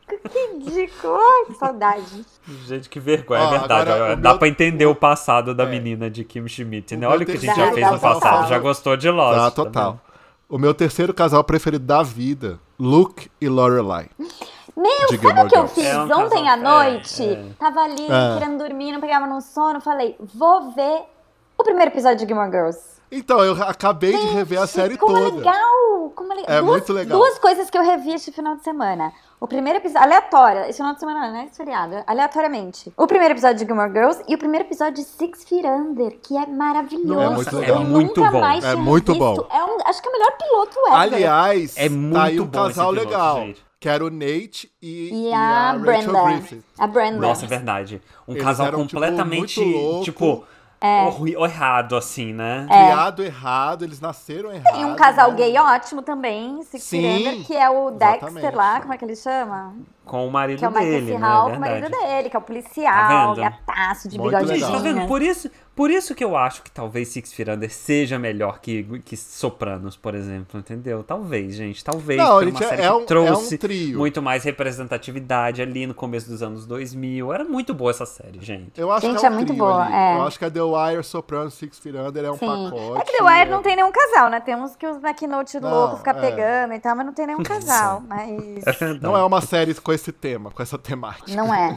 Que ridículo. Ai, que saudade. Gente, que vergonha, Ó, é verdade. agora ó, o dá meu- pra entender o passado da É. menina de Kim Schmidt, né? O Olha o meu que a gente já terceiro fez no casal- passado. Já gostou de Lost. Tá, tá total. vendo? O meu terceiro casal preferido da vida, Luke e Lorelai. Meu, De sabe Gilmore o que eu Girls. fiz É um ontem casal- à noite? é, é. Tava ali, É. querendo dormir, não pegava no sono. Falei, vou ver o primeiro episódio de Gilmore Girls. Então, eu acabei de rever a série como toda. é legal! Como é legal. É duas, muito legal. Duas coisas que eu revi este final de semana. O primeiro episódio, aleatório, esse final de semana não, não é esse feriado, aleatoriamente. O primeiro episódio de Gilmore Girls e o primeiro episódio de Six Feet Under, que é maravilhoso. É muito Eu legal. É muito nunca bom. mais É tinha muito visto. bom. É um, acho que é o melhor piloto ever. Aliás, É tá aí muito um bom casal esse piloto, legal. gente. Que era o Nate e, E e a, Rachel Brenda. Griffith. A Brenda. Nossa, é verdade. Um Eles casal eram, tipo, completamente, muito louco. tipo, É. horri- errado, assim, né? Criado errado, eles nasceram errado. E um casal né? gay ótimo também, Six Sim, Feet Under, que é o Dexter exatamente. lá, como é que ele chama? Com o marido Que é o Michael dele, C. né? Hall, É o marido verdade. dele, que é o Tá policial, vendo? gataço de Muito bigodinho. legal. Tá vendo? Por isso, por isso que eu acho que talvez Six Feet Under seja melhor que, que Sopranos, por exemplo, entendeu? Talvez, gente, talvez. Não, por gente, uma série é que um- trouxe é um trio. muito mais representatividade ali no começo dos anos dois mil. Era muito boa essa série, gente. Eu acho Gente, que é, é um muito trio boa, ali. é. Eu acho que a The Wire, Sopranos, Six Feet Under é um Sim. pacote. É que The Wire não tem nenhum casal, né? Tem uns que os McNote Não, louco fica é. pegando e tal, mas não tem nenhum casal. Mas É verdade. Não é uma série com esse tema, com essa temática. não é.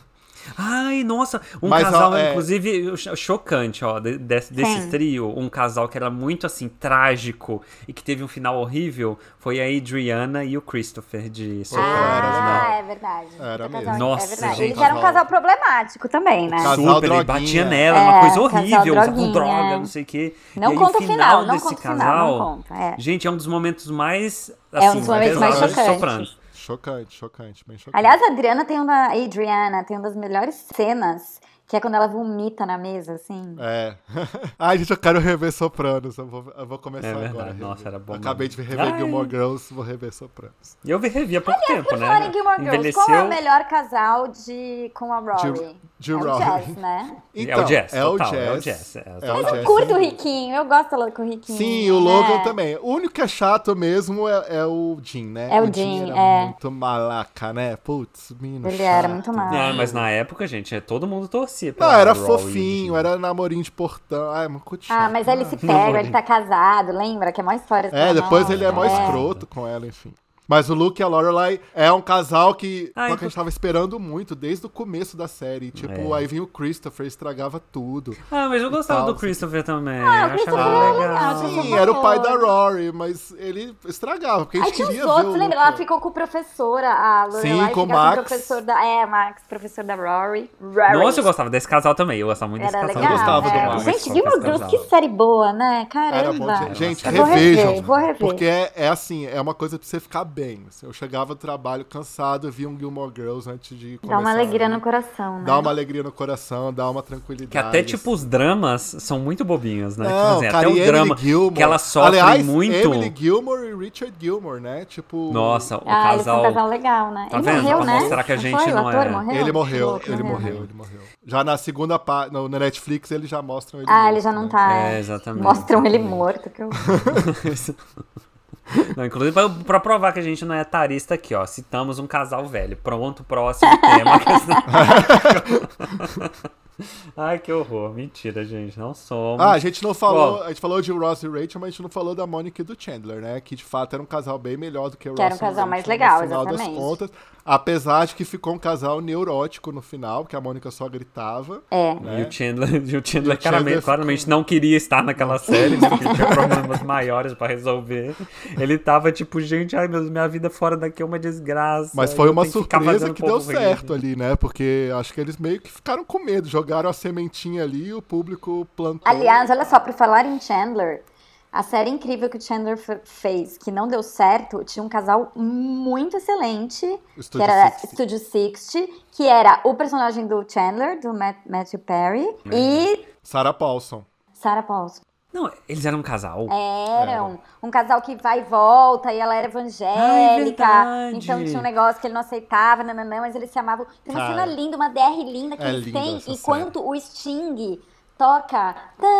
Ai, nossa, um Mas, casal, ó, é- inclusive, cho- chocante, ó, de- desse, desse Sim. trio, um casal que era muito, assim, trágico e que teve um final horrível, foi a Adriana e o Christopher de Sopranos, Ah, né? é verdade. Era Puta mesmo. casal- Nossa, é verdade. gente. Eles eram um casal problemático também, né? Casal Super, ele droguinha. batia nela, É, uma coisa casal horrível, usavam droguinha, droga, é. não sei o quê. Não e aí, conta o o final, não desse conta o final, casal, não conta, é. gente, é um dos momentos mais, É assim, um dos momentos mais pesados de chocantes. Sopranos. Chocante, chocante, bem chocante. Aliás, a Adriana tem uma. A Adriana tem uma das melhores cenas, que é quando ela vomita na mesa, assim. É. Ai, gente, eu quero rever Sopranos. Eu vou, eu vou começar É verdade, agora. a rever. nossa, era bom Acabei mesmo. de rever Ai. Gilmore Girls, vou rever Sopranos. E eu vi- revi há pouco tempo, Por né? falar em Gilmore Girls, Envelheceu... qual é o melhor casal de, com a Rory? De- de é o Rory. Jazz, né? é o Jazz, é o total, Jazz. é o Jazz. É, É o Mas eu Jazz, curto sem o dúvida. Riquinho, eu gosto dela com o Riquinho. Sim, o Logan né? também. O único que é chato mesmo é, é o Jim, né? É o Jim Jim, era é. muito malaca, né? Putz, menino Ele chato. era muito mal. Ah, mas na época, gente, todo mundo torcia Não, pela era Rory, fofinho, gente. era namorinho de portão. Ai, mas muito chato. Ah, mas aí ele se pega, ele tá casado, lembra? Que é mó história. É, depois ele é mó É. escroto com ela, enfim. Mas o Luke e a Lorelai é um casal que, Ah, só que então- a gente tava esperando muito, desde o começo da série. Tipo, É. aí vinha o Christopher, estragava tudo. Ah, mas eu gostava tal, do Christopher também. Ah, o eu achava Christopher legal. era legal, Sim, Por era o pai da favor. Rory, mas ele estragava, porque a Aí gente tinha queria os ver outros, o lembra? Luke. Ela ficou com o professor, a Lorelai Sim, com ficava o Max. o professor da... É, Max, professor da Rory. Rory. Nossa, eu gostava desse casal também. Eu gostava muito desse Era casal. legal. gostava do é. Max. Gente, Gilmore Girls, que série boa, né? Era bom. Caramba. de- Gente, Eu vou revejam. rever, vou rever. Porque é, é assim, é uma coisa pra você ficar bem. assim. Eu chegava do trabalho cansado, via um Gilmore Girls antes de começar. Dá uma alegria a- no coração, né? Dá uma alegria no coração, dá uma tranquilidade. Que até, tipo, os dramas são muito bobinhos, né? Tipo Não, assim, cara, até e o Emily drama Gilmore. que elas sofrem Aliás, muito. Emily Gilmore e Richard Gilmore, né? Tipo... Nossa, o Ah, eles são um casal... casal legal, né? Tá ele vendo? morreu, Pra né? mostrar que a gente foi? não o ator é- morreu? Ele morreu, Louco, ele morreu, ele morreu. Já na segunda parte, no, no Netflix, eles já mostram ele Ah, morto, ele já não né? tá. É, exatamente, Mostram ele exatamente. morto. Que eu... Não, inclusive, pra, pra provar que a gente não é tarista aqui, ó. Citamos um casal velho. Pronto, próximo tema. Ai, que horror. Mentira, gente. Não somos. Ah, a gente não falou, Ó. a gente falou de Ross e Rachel, mas a gente não falou da Monica e do Chandler, né? Que de fato era um casal bem melhor do que o Ross Que era um e casal Rachel, mais no legal, final das exatamente. contas. Apesar de que ficou um casal neurótico no final, que a Mônica só gritava. É. Né? E o Chandler, e o Chandler, E o Chandler claramente, ficou- claramente não queria estar naquela série, né? Porque ele tinha problemas maiores pra resolver. Ele tava tipo, gente, ai meu Deus, minha vida fora daqui é uma desgraça. Mas foi eu uma tenho que ficar surpresa fazendo que deu povo rir. certo ali, né? Porque acho que eles meio que ficaram com medo. Jogaram a sementinha ali e o público plantou. Aliás, olha só, pra falar em Chandler, a série incrível que o Chandler f- fez, que não deu certo, tinha um casal muito excelente, Estúdio que era sessenta. Studio sessenta, que era o personagem do Chandler, do Matt- Matthew Perry, e Sarah Paulson. Sarah Paulson. Não, eles eram um casal. Eram um casal que vai e volta, e ela era evangélica, Ai, verdade. então tinha um negócio que ele não aceitava, nananã, mas eles se amavam. Tem uma Cara, cena linda, uma D R linda que é eles linda têm, essa enquanto o Sting toca...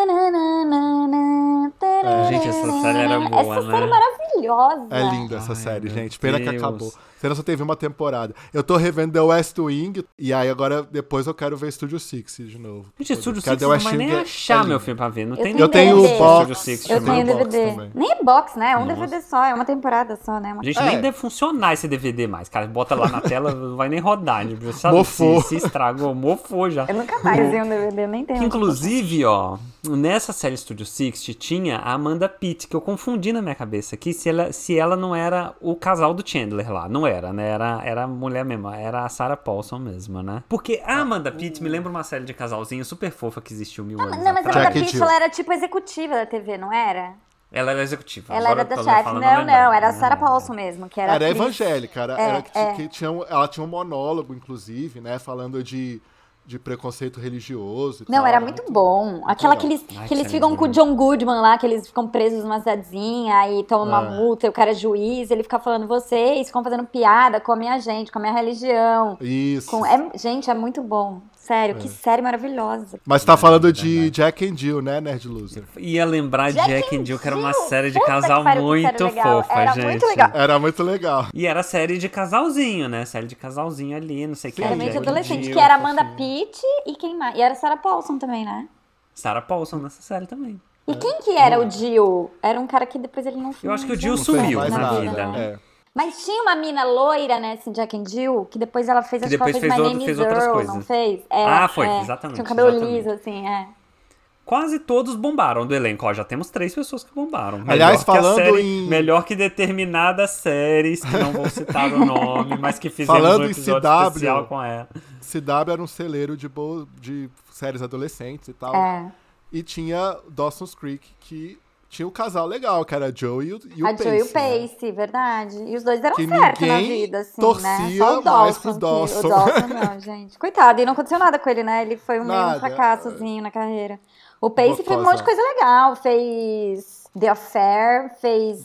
tananana, tananana. Gente, essa série era boa, Essa né? série maravilhosa. É linda essa Ai, série, meu gente. Pena que Deus. acabou. Cena só teve uma temporada. Eu tô revendo The West Wing, e aí agora, depois eu quero ver Studio sixty de novo. Gente, Studio Porque a Six The não West vai nem Wing é- achar, é meu linda. filho, pra ver. Não Eu tem tenho Eu tenho D V o D. box. Studio Six Eu tenho tenho o D V box D. também. Nem é box, né? É um Nossa. D V D só, é uma temporada só, né? Uma... Gente, É. nem deve funcionar esse D V D mais, cara. Bota lá na tela, não vai nem rodar. Tipo, sabe? Mofou. Se, se estragou, mofou já. Eu nunca mais vi um D V D, nem tenho. Que, inclusive, ó, nessa série Studio sessenta tinha a Amanda Pitt, que eu confundi na minha cabeça aqui se ela, se ela não era o casal do Chandler lá. Não era, né? Era, era a mulher mesmo, era a Sarah Paulson mesmo, né? Porque a Amanda Pitt me lembra uma série de casalzinho super fofa que existiu mil anos Não, mas a atrás. Amanda Jack and Pitt, Jill. ela era tipo executiva da T V, não era? Ela era executiva. Ela Agora era da eu tô chefe. falando Não, a não, verdade, era a né? Sarah Paulson mesmo, que era Era atriz. evangélica, era, É, era que, é. que tinha um- ela tinha um monólogo, inclusive, né? Falando de, de preconceito religioso e Não, tal. era muito bom. Aquela que legal. eles, Ai, que eles que ficam lindo, com o né? John Goodman lá, que eles ficam presos numa cidadezinha e tomam uma É. multa, e o cara é juiz, ele fica falando, vocês ficam fazendo piada com a minha gente, com a minha religião. Isso. Com... É, gente, é muito bom. Sério, que série maravilhosa. Mas tá falando É de verdade. Jack and Jill, né, Nerd Loser? Ia lembrar Jack Jack, and and Jill, que era uma Jill, série de puta que casal pariu, que muito série legal. fofa, Era gente. muito legal. Era muito legal. E era série de casalzinho, né? Série de casalzinho ali, não sei o que. Era Sim, meio Jack and adolescente, Jill, que era Amanda fofinho. Pitt e quem mais? E era Sarah Paulson também, né? Sarah Paulson nessa série também. E quem que era o Jill? Era um cara que depois ele não Eu acho que o não Jill fez sumiu mais na nada, vida, né? É. Mas tinha uma mina loira nesse Jack and Jill, que depois ela fez, Que acho que ela depois fez fez My outro- Name fez is outras Earl, coisas. não fez? É, Ah, foi, é. exatamente, Tinha um cabelo exatamente. liso, assim, é. Quase todos bombaram do elenco. Ó, já temos três pessoas que bombaram. Melhor Aliás, que a falando série- em- Melhor que determinadas séries, que não vou citar o nome, mas que fizemos Falando um em episódio C W, especial com ela. C W era um celeiro de, bo... de séries adolescentes e tal. É. E tinha Dawson's Creek, que tinha um casal legal, que era a Joe e o, e o A Pace. Joe e o né? Pace, verdade. E os dois deram Que certo na ninguém vida, assim, torcia né? Só o mais Dawson. pro que- Dawson. O Dawson não, gente. Coitado, e não aconteceu nada com ele, né? Ele foi um meio um Nada. fracassozinho na carreira. O Pace fez um Bocosa. monte de coisa legal. Fez The Affair, fez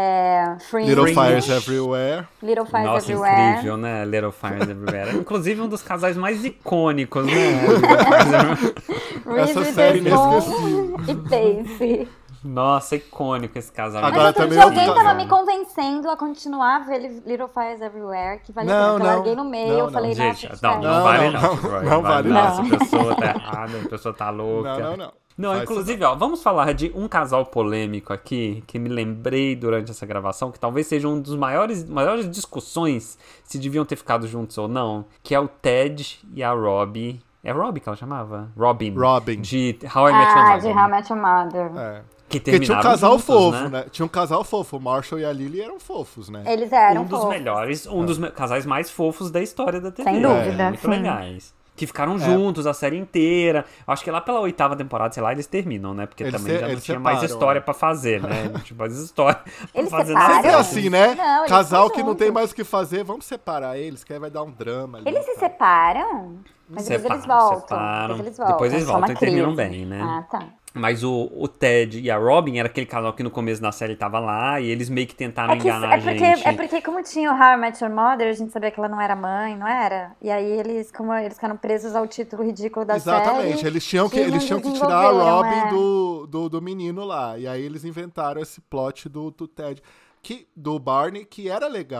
é, Fringe. Little Fringe. Fires Everywhere. Little Fires Nossa, Everywhere. incrível, né? Little Fires Everywhere. Inclusive um dos casais mais icônicos, né? Little Fires Everywhere. Essa Reese série Witherspoon e Pace. Nossa, icônico esse casal. Agora Mas outro também dia outro alguém casal. tava me convencendo a continuar a ver Little Fires Everywhere, que vale a Não, pena. Eu não. larguei no meio, Não, eu não. falei, Gente, nossa, não, sério. não, Não, vale não, não. não, Troy, não vale não. não. Essa pessoa tá errada, a pessoa tá louca. Não, não, não. Não, Faz inclusive, ó, vamos falar de um casal polêmico aqui, que me lembrei durante essa gravação, que talvez seja um dos maiores, maiores discussões se deviam ter ficado juntos ou não, que é o Ted e a Robbie. É Robbie que ela chamava? Robin. Robin. De How I Met Your Ah, Mother. de How I Met Your Mother. É. Que Porque tinha um terminaram casal juntos, fofo, né? né? Tinha um casal fofo. O Marshall e a Lily eram fofos, né? Eles eram Um dos fofos. melhores, um dos me- casais mais fofos da história da T V. Sem dúvida, Muito sim. legais. Que ficaram juntos a série inteira. Acho que lá pela oitava temporada, sei lá, eles terminam, né? Porque Eles também se- já não eles tinha mais separam, história né? pra fazer, né? Não tinha mais história pra Eles fazer separam? Sempre é Claro. assim, né? Não, eles Casal estão que não tem juntos. mais o que fazer, vamos separar eles, que aí vai dar um drama ali. Eles se tá? separam? Mas depois eles Separam, voltam. separam. Depois eles voltam. Depois eles é só uma voltam e terminam crise. bem, né? Ah, tá. Mas o, o Ted e a Robin era aquele casal que no começo da série tava lá e eles meio que tentaram É, que, enganar é, a porque, gente. é porque como tinha o How I Met Your Mother, a gente sabia que ela não era mãe, não era? E aí eles, como eles ficaram presos ao título ridículo da Exatamente, série... eles tinham que, eles eles não tinham que tirar a desenvolveram, Robin é. do, do, do menino lá. E aí eles inventaram esse plot do, do Ted, que, do Barney, que era legal,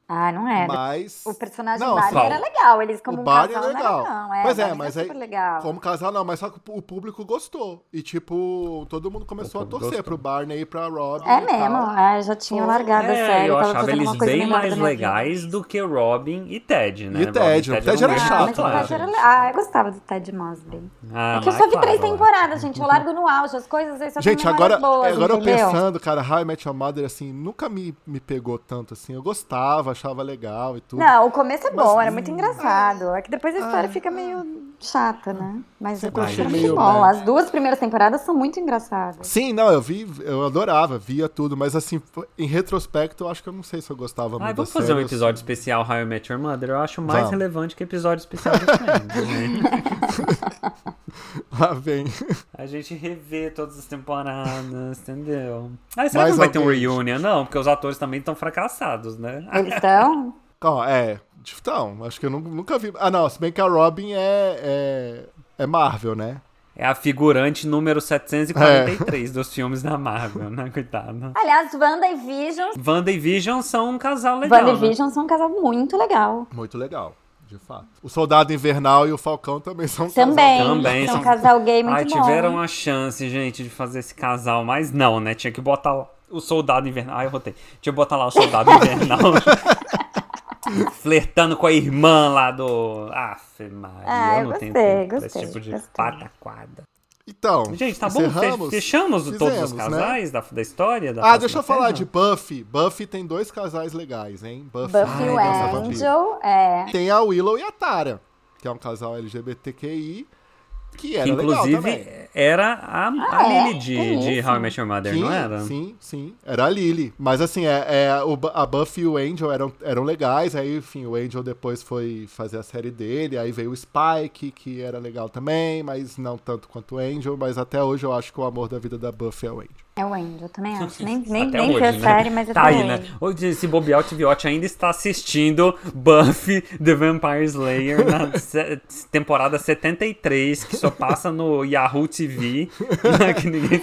Ah, não é. Mas... O personagem Não, Barney assim, era legal. Eles como o um Barney casal é legal. não era não. É, Pois o é, Barney mas é aí, super legal. como casal não, mas só que o público gostou. E tipo, todo mundo começou O a público torcer gostou. pro Barney e pra Robin É e mesmo, tal. é, já tinham Foi. largado a É, série, eu tava achava fazendo eles uma coisa bem melhor da mais minha legais vida. do que Robin e Ted, né? E Ted, Robin o Ted era um chato, Ah, mas o claro. Ted era le- Ah, eu gostava do Ted Mosby. Ah, É que eu mas só vi claro, três é. temporadas, gente. Eu largo no auge, as coisas aí só Gente, tem agora, memórias boas, agora eu entendeu? pensando, cara, How I Met Your Mother, assim, nunca me, me pegou tanto, assim. Eu gostava, achava legal e tudo. Não, o começo é Mas- bom, era muito engraçado. É que depois a história Ah, fica meio chata, né? Mas Sempre o achei começo era meio, muito bom. né? As duas primeiras temporadas são muito engraçadas. Sim, não, eu vi, eu adorava, via tudo, mas assim, em retrospecto, eu acho que eu não sei se eu gostava Ah, muito vamos da fazer um série, episódio assim. especial How I Met Your Mother. Eu acho mais Vamos. relevante que episódio especial de Friends, né? Lá vem. A gente revê todas as temporadas, entendeu? Ah, será Mais que não vai ter um alguém? reunion? Não, porque os atores também estão fracassados, né? Eles estão? Ó, é, então, acho que eu nu- nunca vi. Ah, não, se bem que a Robin é, é, é Marvel, né? É a figurante número setecentos e quarenta e três dos filmes da Marvel, né? Coitado. Aliás, Wanda e Vision. Wanda e Vision são um casal legal, Wanda e né? Vision são um casal muito legal. Muito legal, de fato. O Soldado Invernal e o Falcão também são um casal. Também. Também são um são- casal gay muito Ai, bom. tiveram a chance, gente, de fazer esse casal, mas não, né? Tinha que botar lá o Soldado Invernal. Ai, eu rotei. Tinha que botar lá o Soldado Invernal. Flertando com a irmã lá do... Aff, Maria, Ah, eu eu não gostei, tenho tempo pra gostei, esse tipo de gostei. pataquada. Então, Gente, tá bom? encerramos? Fe- Fechamos todos Fizemos, os né? casais da, da história? Da Ah, próxima deixa eu falar de série? Buffy. Buffy tem dois casais legais, hein? Buffy, Buffy e e o Vingança Vampiro. Angel, é. Tem a Willow e a Tara, que é um casal L G B T Q I, que era Que, legal inclusive, também. era a, a Ah, é? Lily de, Tem de isso? How I Met Your Mother, Sim, não era? sim, sim. Era a Lily. Mas assim, é, é, o, Bu- a Buffy e o Angel eram, eram legais. Aí, enfim, o Angel depois foi fazer a série dele. Aí veio o Spike, que era legal também, mas não tanto quanto o Angel. Mas até hoje eu acho que o amor da vida da Buffy é o Angel. É o Angel, também acho. Nem, nem, Até nem hoje, vi a né? série, mas é Tá até aí, hoje. né? Hoje, se bobear, o T V Watch ainda está assistindo Buffy The Vampire Slayer na se- temporada setenta e três, que só passa no Yahoo T V, né, que ninguém...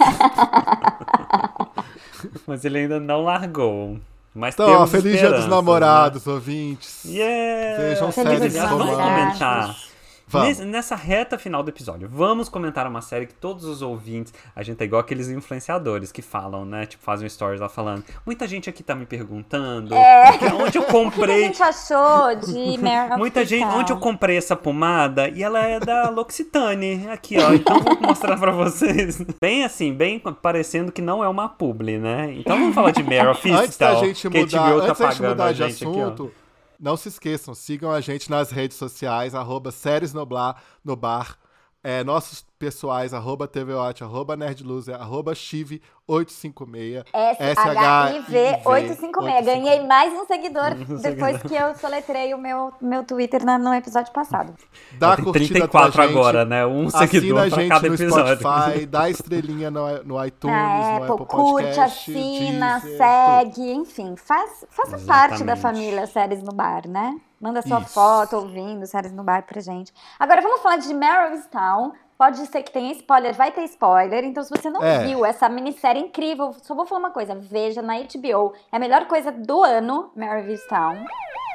Mas ele ainda não largou. Mas Então, ó, temos feliz dia dos esperanças, namorados, ouvintes. Né? Yeah! Vejam Feliz séries dia Aliás, dos vamos românticas. comentar. Vamos. Nesse- Nessa reta final do episódio, vamos comentar uma série que todos os ouvintes, a gente é igual aqueles influenciadores que falam, né? Tipo, fazem um stories lá falando. Muita gente aqui tá me perguntando É. onde eu O que, que a comprei. gente achou de Mare of Muita gente, Easttown? onde eu comprei essa pomada e ela é da L'Occitane, aqui ó, então vou mostrar pra vocês. Bem assim, bem parecendo que não é uma publi, né? Então vamos falar de Mare of Antes da Easttown, gente que a mudar, H B O tá antes da gente pagando mudar a de gente aqui, ó. assunto, não se esqueçam, sigam a gente nas redes sociais, arroba séries no, Bla, no bar, é, nossos pessoais, arroba tvwatch, arroba nerdloser, arroba chive oitocentos e cinquenta e seis. S H I V oitocentos e cinquenta e seis. Ganhei mais um seguidor depois que eu soletrei o meu, meu Twitter na- no episódio passado. Dá Ela tem curtida trinta e quatro pra gente, agora, né? Um seguidor assina a pra gente cada no episódio. Spotify, dá estrelinha no, no iTunes, Na no Apple, Apple curte, Podcast, assina, Deezer, segue, enfim, faz, faça parte da Exatamente. família Séries no Bar, né? Manda sua Isso. foto ouvindo Séries no Bar pra gente. Agora vamos falar de Mare of Easttown. Pode ser que tenha spoiler, vai ter spoiler. Então, se você não É. viu essa minissérie incrível, só vou falar uma coisa: veja na H B O. É a melhor coisa do ano, Mare of Easttown.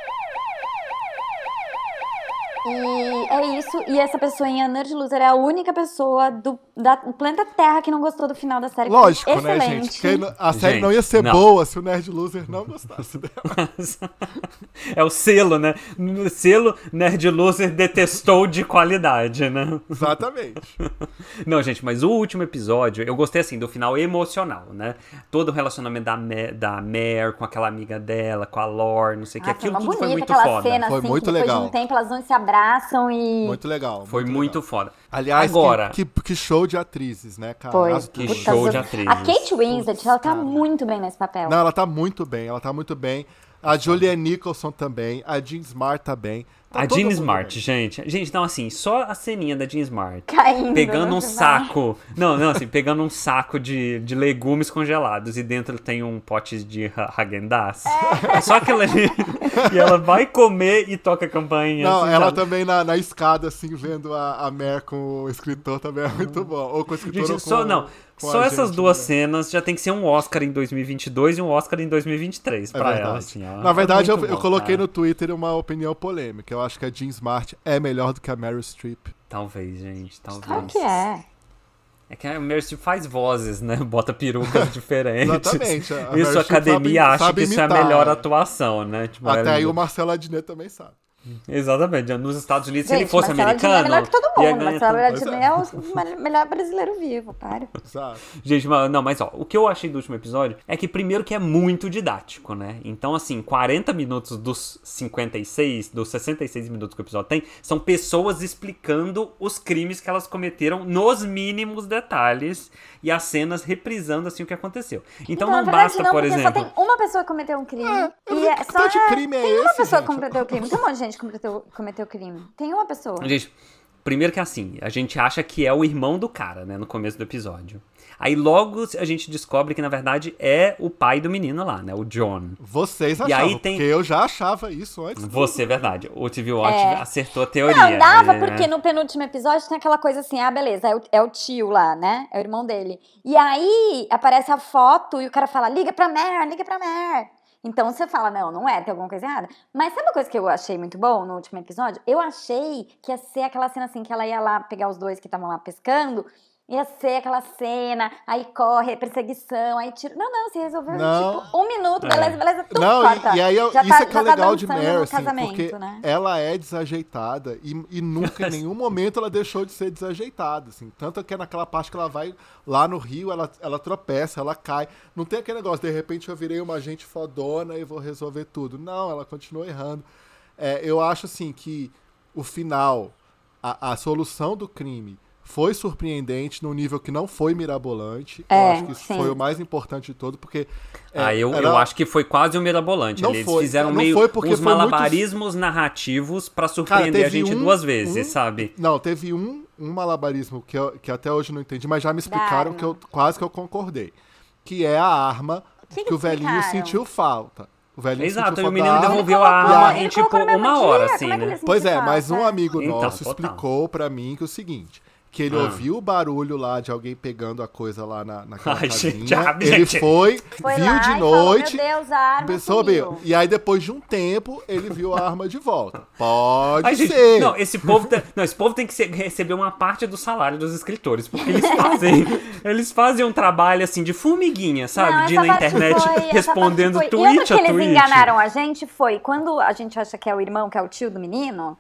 E é isso. E essa pessoa em A Nerd Loser é a única pessoa do, da, do planeta Terra que não gostou do final da série. que foi Lógico, né, excelente. gente? Porque a série Gente, não ia ser não. boa se o Nerd Loser não gostasse dela. É o selo, né? O selo Nerd Loser detestou de qualidade, né? Exatamente. Não, gente, mas o último episódio, eu gostei, assim, do final emocional, né? Todo o relacionamento da, Ma- da Mare com aquela amiga dela, com a Lore, não sei o que. Ah, foi Aquilo uma tudo foi bonita muito aquela foda. cena, Foi assim, muito que depois legal. de um tempo elas vão e se abraçam e... Muito legal. Foi muito legal. foda. Aliás, Agora, que, que, que show de atrizes, né, cara? Foi. As Que duas. Puta, show as- de atrizes. A Kate Winslet, ela tá cara. muito bem nesse papel. Não, ela tá muito bem, ela tá muito bem. A Julianne Nicholson também, a Jean Smart também. Tá a todo Jean mundo Smart, bem. gente. Gente, então assim, só a ceninha da Jean Smart Caindo pegando no um final. saco. Não, não, assim, pegando um saco de, de legumes congelados e dentro tem um pote de Ha- Häagen-Dazs. É só aquilo ali. E ela vai comer e toca a campainha. Não, assim, ela sabe? também na, na escada, assim, vendo a, a Mer com o escritor também é muito bom. Ou com o escritor Gente, ou com, só, não, com só a essas gente, duas né? cenas já tem que ser um Oscar em dois mil e vinte e dois e um Oscar em dois mil e vinte e três É pra verdade. ela, assim, ó. Na verdade, É eu, muito eu bom, coloquei cara. no Twitter uma opinião polêmica. Eu acho que a Jean Smart é melhor do que a Meryl Streep. Talvez, gente, talvez. Claro que é. É que a Meryl Streep faz vozes, né? Bota perucas diferentes. Exatamente, a Meryl Isso, a Streep academia sabe- acha sabe que isso é a imitar, melhor é. atuação, né? Tipo, Até é- aí o Marcelo Adnet também sabe. Exatamente. Nos Estados Unidos, se ele Gente, fosse Marcelo Adnet americano... é melhor que todo ia mundo. ganhar Marcelo tanto. Adnet é o me- melhor brasileiro vivo, para. Exato. Gente, mas, não, mas ó, o que eu achei do último episódio é que primeiro que é muito didático, né? Então, assim, quarenta minutos dos cinquenta e seis, dos sessenta e seis minutos que o episódio tem, são pessoas explicando os crimes que elas cometeram nos mínimos detalhes e as cenas reprisando, assim, o que aconteceu. Então, na não verdade, basta, não, por porque exemplo... só tem uma pessoa que cometeu um crime. eu e vi é que só tanto de crime é tem uma esse, pessoa gente? que cometeu o crime. Tem um monte de gente que cometeu, cometeu crime. Tem uma pessoa. Gente, primeiro que assim, a gente acha que é o irmão do cara, né, no começo do episódio. Aí logo a gente descobre que, na verdade, é o pai do menino lá, né, o John. Vocês E achavam, aí tem- porque eu já achava isso antes. Você, verdade. O T V Watch É. acertou a teoria. Não, dava, né? porque no penúltimo episódio tem aquela coisa assim, ah, beleza, é o, é o tio lá, né? É o irmão dele. E aí aparece a foto e o cara fala, liga pra Mer, liga pra Mer. Então você fala, não, não é, tem alguma coisa errada. Mas sabe uma coisa que eu achei muito bom no último episódio? Eu achei que ia ser aquela cena assim, que ela ia lá pegar os dois que estavam lá pescando, ia ser aquela cena, aí corre, perseguição, aí tira... Não, não, você resolveu Não. tipo um minuto, É. beleza, beleza, tudo Não, corta. e, e aí eu- Já isso tá- é que é já tá legal de dançando Mary, no assim, casamento, porque né? ela é desajeitada e, e nunca, em nenhum momento, ela deixou de ser desajeitada, assim. Tanto que é naquela parte que ela vai lá no Rio, ela, ela tropeça, ela cai. Não tem aquele negócio, de repente eu virei uma gente fodona e vou resolver tudo. Não, ela continua errando. É, eu acho, assim, que o final, a, a solução do crime foi surpreendente num nível que não foi mirabolante. eu É, acho que isso sim. foi o mais importante de todo, porque... é, Ah, eu, era- eu acho que foi quase um mirabolante. Não ali. Eles foi. fizeram Não meio foi porque uns foi muito- malabarismos narrativos pra surpreender a teve gente um- duas vezes, um- sabe? Não, teve um, um malabarismo que, eu, que até hoje eu não entendi, mas já me explicaram Da que eu quase que eu concordei. Que é a arma Que que, que o velhinho explicaram? sentiu falta. O velhinho Exato, sentiu e o falta menino da arma. devolveu Ele a colocou- arma ele em colocou tipo no mesmo uma dia, hora, como assim, é que né? ele sentiu Pois é, falta? mas um amigo Então, nosso total. explicou pra mim que é o seguinte, que ele Ah. ouviu o barulho lá de alguém pegando a coisa lá na, naquela Ai, casinha, gente, ah, ele gente. foi, Foi viu lá de e falou, noite, meu Deus, a arma pensou, sumiu. bem, e aí depois de um tempo, ele viu a arma de volta. Pode Ai, gente, ser. não, esse povo, tem, não, esse povo tem que ser- receber uma parte do salário dos escritores, porque eles fazem, eles fazem um trabalho assim de formiguinha, sabe? Não, de ir essa na parte internet foi- essa respondendo parte foi- tweet E outro a que eles tweet. enganaram a gente foi, quando a gente acha que é o irmão, que é o tio do menino,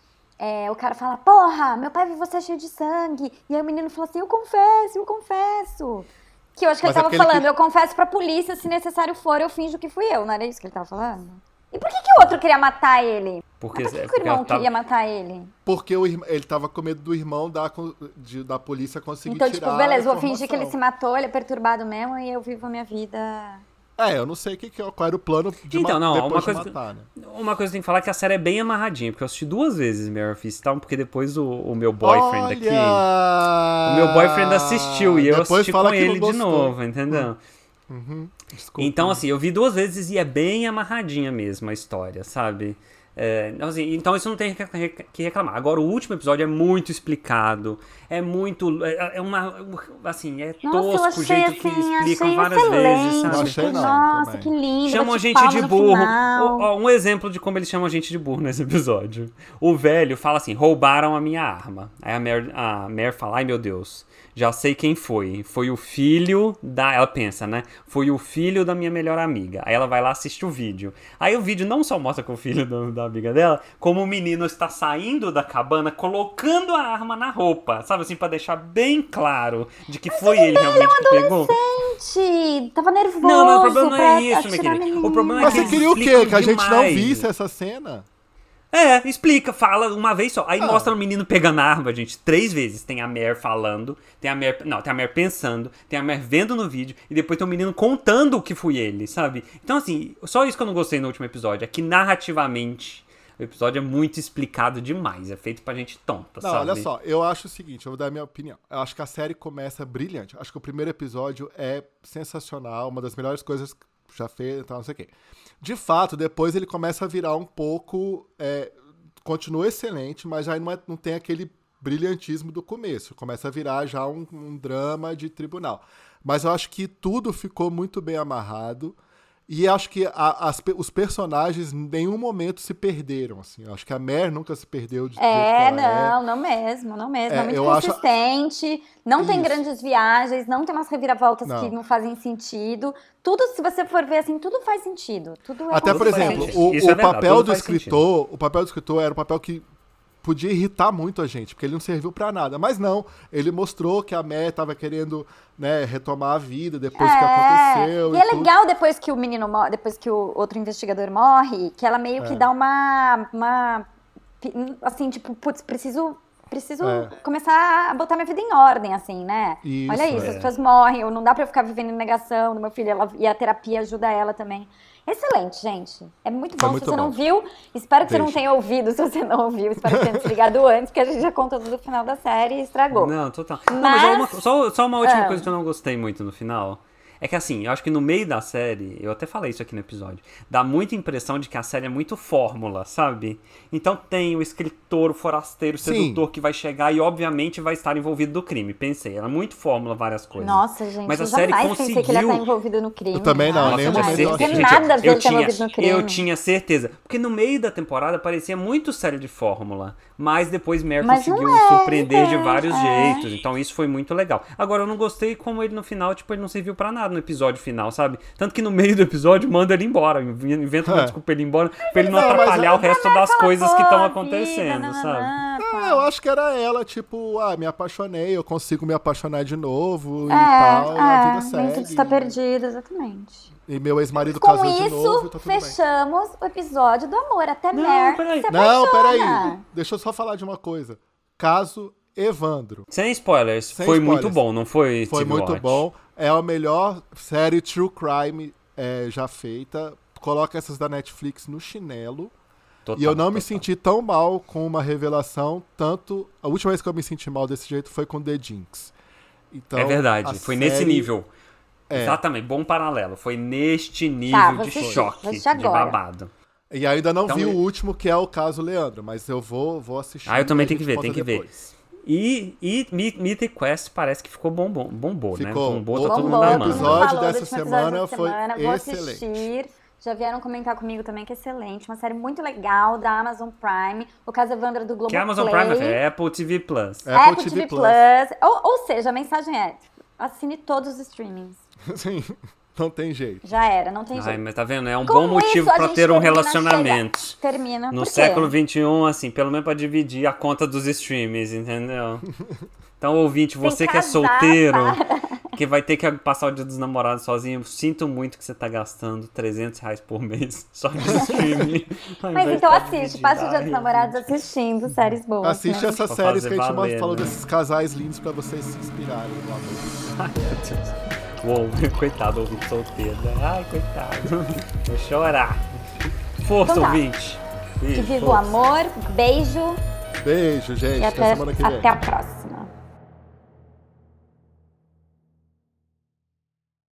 é, o cara fala, porra, meu pai viu você cheio de sangue. E aí o menino fala assim, eu confesso, eu confesso. Que eu acho que Mas ele tava aquele falando, que- eu confesso pra polícia, se necessário for, eu finjo que fui eu. Não era isso que ele tava falando? E por que, que o outro queria matar ele? Porque, Mas por que, que o porque irmão ela tava- queria matar ele? Porque o irmão, ele tava com medo do irmão da, de- da polícia conseguir Então, tirar tipo, beleza, a vou fingir que ele se informação. matou, ele é perturbado mesmo e eu vivo a minha vida. É, eu não sei o que, que é, qual era o plano de Então, ma- não, depois uma de coisa que- matar, né? Uma coisa que tem que falar é que a série é bem amarradinha, porque eu assisti duas vezes Mare of Easttown, porque depois o, o meu boyfriend aqui... Olha! O meu boyfriend assistiu e eu Depois assisti fala com que não ele de gostou. novo, entendeu? Uhum, desculpa. Então, assim, eu vi duas vezes e é bem amarradinha mesmo a história, sabe? É, então, assim, então isso não tem que que reclamar. Agora, o último episódio é muito explicado, é muito... É, é uma... Assim, é Nossa, eu tosco o achei jeito assim, que explicam achei várias excelente. vezes, Não sabe? achei não, Nossa, também. que lindo. Chamam a bate gente palma de no burro. final. Ó, ó, um exemplo de como eles chamam a gente de burro nesse episódio. O velho fala assim, roubaram a minha arma. Aí a Mare, a Mare fala, ai meu Deus, já sei quem foi. Foi o filho da... Ela pensa, né? Foi o filho da minha melhor amiga. Aí ela vai lá assistir o vídeo. Aí o vídeo não só mostra com o filho do- da amiga dela, como o menino está saindo da cabana, colocando a arma na roupa. Sabe assim, pra deixar bem claro de que foi ele realmente que pegou. Gente, tava nervoso. Não, mas o problema não é pra isso, minha atirar querida. menino. O problema é Mas que você eles queria o quê? explicam Que a gente não demais. visse essa cena? É, explica, fala uma vez só. Aí Ah. mostra o menino pegando a arma, gente, três vezes. Tem a Mare falando, tem a Mare... Não, tem a Mare pensando, tem a Mare vendo no vídeo, e depois tem o menino contando o que foi ele, sabe? Então, assim, só isso que eu não gostei no último episódio, é que narrativamente O episódio é muito explicado demais, é feito pra gente tonta, Não, sabe? olha só, eu acho o seguinte, eu vou dar a minha opinião. Eu acho que a série começa brilhante. Acho que o primeiro episódio é sensacional, uma das melhores coisas que já fez, então não sei o quê. De fato, depois ele começa a virar um pouco... É, continua excelente, mas já não, é, não tem aquele brilhantismo do começo. Começa a virar já um, um drama de tribunal. Mas eu acho que tudo ficou muito bem amarrado. E acho que a, as, os personagens em nenhum momento se perderam, assim. Eu acho que a Mare nunca se perdeu de É, não, é. não mesmo, não mesmo. É, é muito consistente, acho... não Isso. tem grandes viagens, não tem umas reviravoltas não. que não fazem sentido. Tudo, se você for ver assim, tudo faz sentido. Tudo é Até, por exemplo, o, o é papel do escritor, sentido. o papel do escritor era um papel que podia irritar muito a gente, porque ele não serviu pra nada. Mas não, ele mostrou que a Mare tava querendo, né, retomar a vida depois é, que aconteceu. E, e é tudo. Legal depois que o menino morre, depois que o outro investigador morre, que ela meio é. que dá uma, uma assim, tipo, putz, preciso, preciso é. começar a botar minha vida em ordem, assim, né? Isso, Olha isso, é. as pessoas morrem, não dá pra eu ficar vivendo em negação do meu filho, ela, e a terapia ajuda ela também. Excelente, gente. É muito bom. Muito se você bom. não viu, espero que Beijo. você não tenha ouvido. Se você não ouviu, espero que tenha desligado antes, porque a gente já conta tudo no final da série e estragou. Não, total. Mas, não, mas é uma, só, só uma última ah. coisa que eu não gostei muito no final. É que assim, eu acho que no meio da série, eu até falei isso aqui no episódio, dá muita impressão de que a série é muito fórmula, sabe? Então tem o escritor, o forasteiro, o sedutor Sim. que vai chegar e obviamente vai estar envolvido no crime. Pensei, era muito fórmula, várias coisas. Nossa, gente, mas a eu série jamais conseguiu... pensei que ele ia estar envolvido no crime. Eu também não, Nossa, nem uma vez. Não tem nada a ver ele estar envolvido no crime. Eu tinha certeza. Porque no meio da temporada parecia muito série de fórmula, mas depois Mare conseguiu é, surpreender é, de vários é. jeitos. Então isso foi muito legal. Agora, eu não gostei como ele no final, tipo, ele não serviu pra nada no episódio final, sabe? Tanto que no meio do episódio manda ele embora, inventa uma é. desculpa ele ir embora, pra ele não, não atrapalhar o resto das coisas que estão acontecendo, vida, sabe? Não, não, eu acho que era ela, tipo, ah, me apaixonei, eu consigo me apaixonar de novo é, e tal, é, a vida segue. Tudo está perdido, exatamente. E meu ex-marido casou isso, de novo, tá tudo bem. fechamos o episódio do amor, até não, Mare peraí. se Não, peraí, deixa eu só falar de uma coisa. Caso Evandro. Sem spoilers, Sem foi spoilers. muito bom, não foi? Foi muito Watch. bom, é a melhor série true crime é, já feita. Coloca essas da Netflix no chinelo. Total, e eu não total. me senti tão mal com uma revelação, tanto... A última vez que eu me senti mal desse jeito foi com The Jinx. Então, é verdade, foi série... nesse nível. É. Exatamente, bom paralelo. Foi neste nível tá, de assistir, choque, de babado. E ainda não então, vi eu... o último, que é o caso Leandro, mas eu vou, vou assistir. Ah, eu também tenho que ver, tem que depois. ver. E, e Mythic Quest parece que ficou bom, bom, bombou, ficou. né? Bombou, tá o todo mundo amando. O episódio dessa episódio semana foi semana. Vou excelente. Assistir. Já vieram comentar comigo também que é excelente. Uma série muito legal da Amazon Prime. O caso Evandro do Globoplay. Que é Amazon Prime? É Apple T V Plus. Apple, Apple T V, T V Plus. Plus. Ou, ou seja, a mensagem é: assine todos os streamings. Sim, não tem jeito. Já era, não tem Ai, jeito. mas tá vendo? É um Com bom motivo isso, pra ter um relacionamento. Chega. Termina. No Por século vinte e um, assim, pelo menos pra dividir a conta dos streams, entendeu? Então, ouvinte, você que é solteiro, para. que vai ter que passar o dia dos namorados sozinho, sinto muito que você tá gastando trezentos reais por mês só de streaming. Mas então assiste, passa o dia dos namorados assistindo séries boas. Assiste né? essas séries que a gente valer, falou né? desses casais lindos pra vocês se inspirarem no amor. Ai, meu Deus. Uou, coitado, ouvinte solteiro. Ai, coitado. Vou chorar. Força, então tá. ouvinte. Beijo, que viva o amor. Beijo. Beijo, gente. E até, até semana que vem. Até a próxima.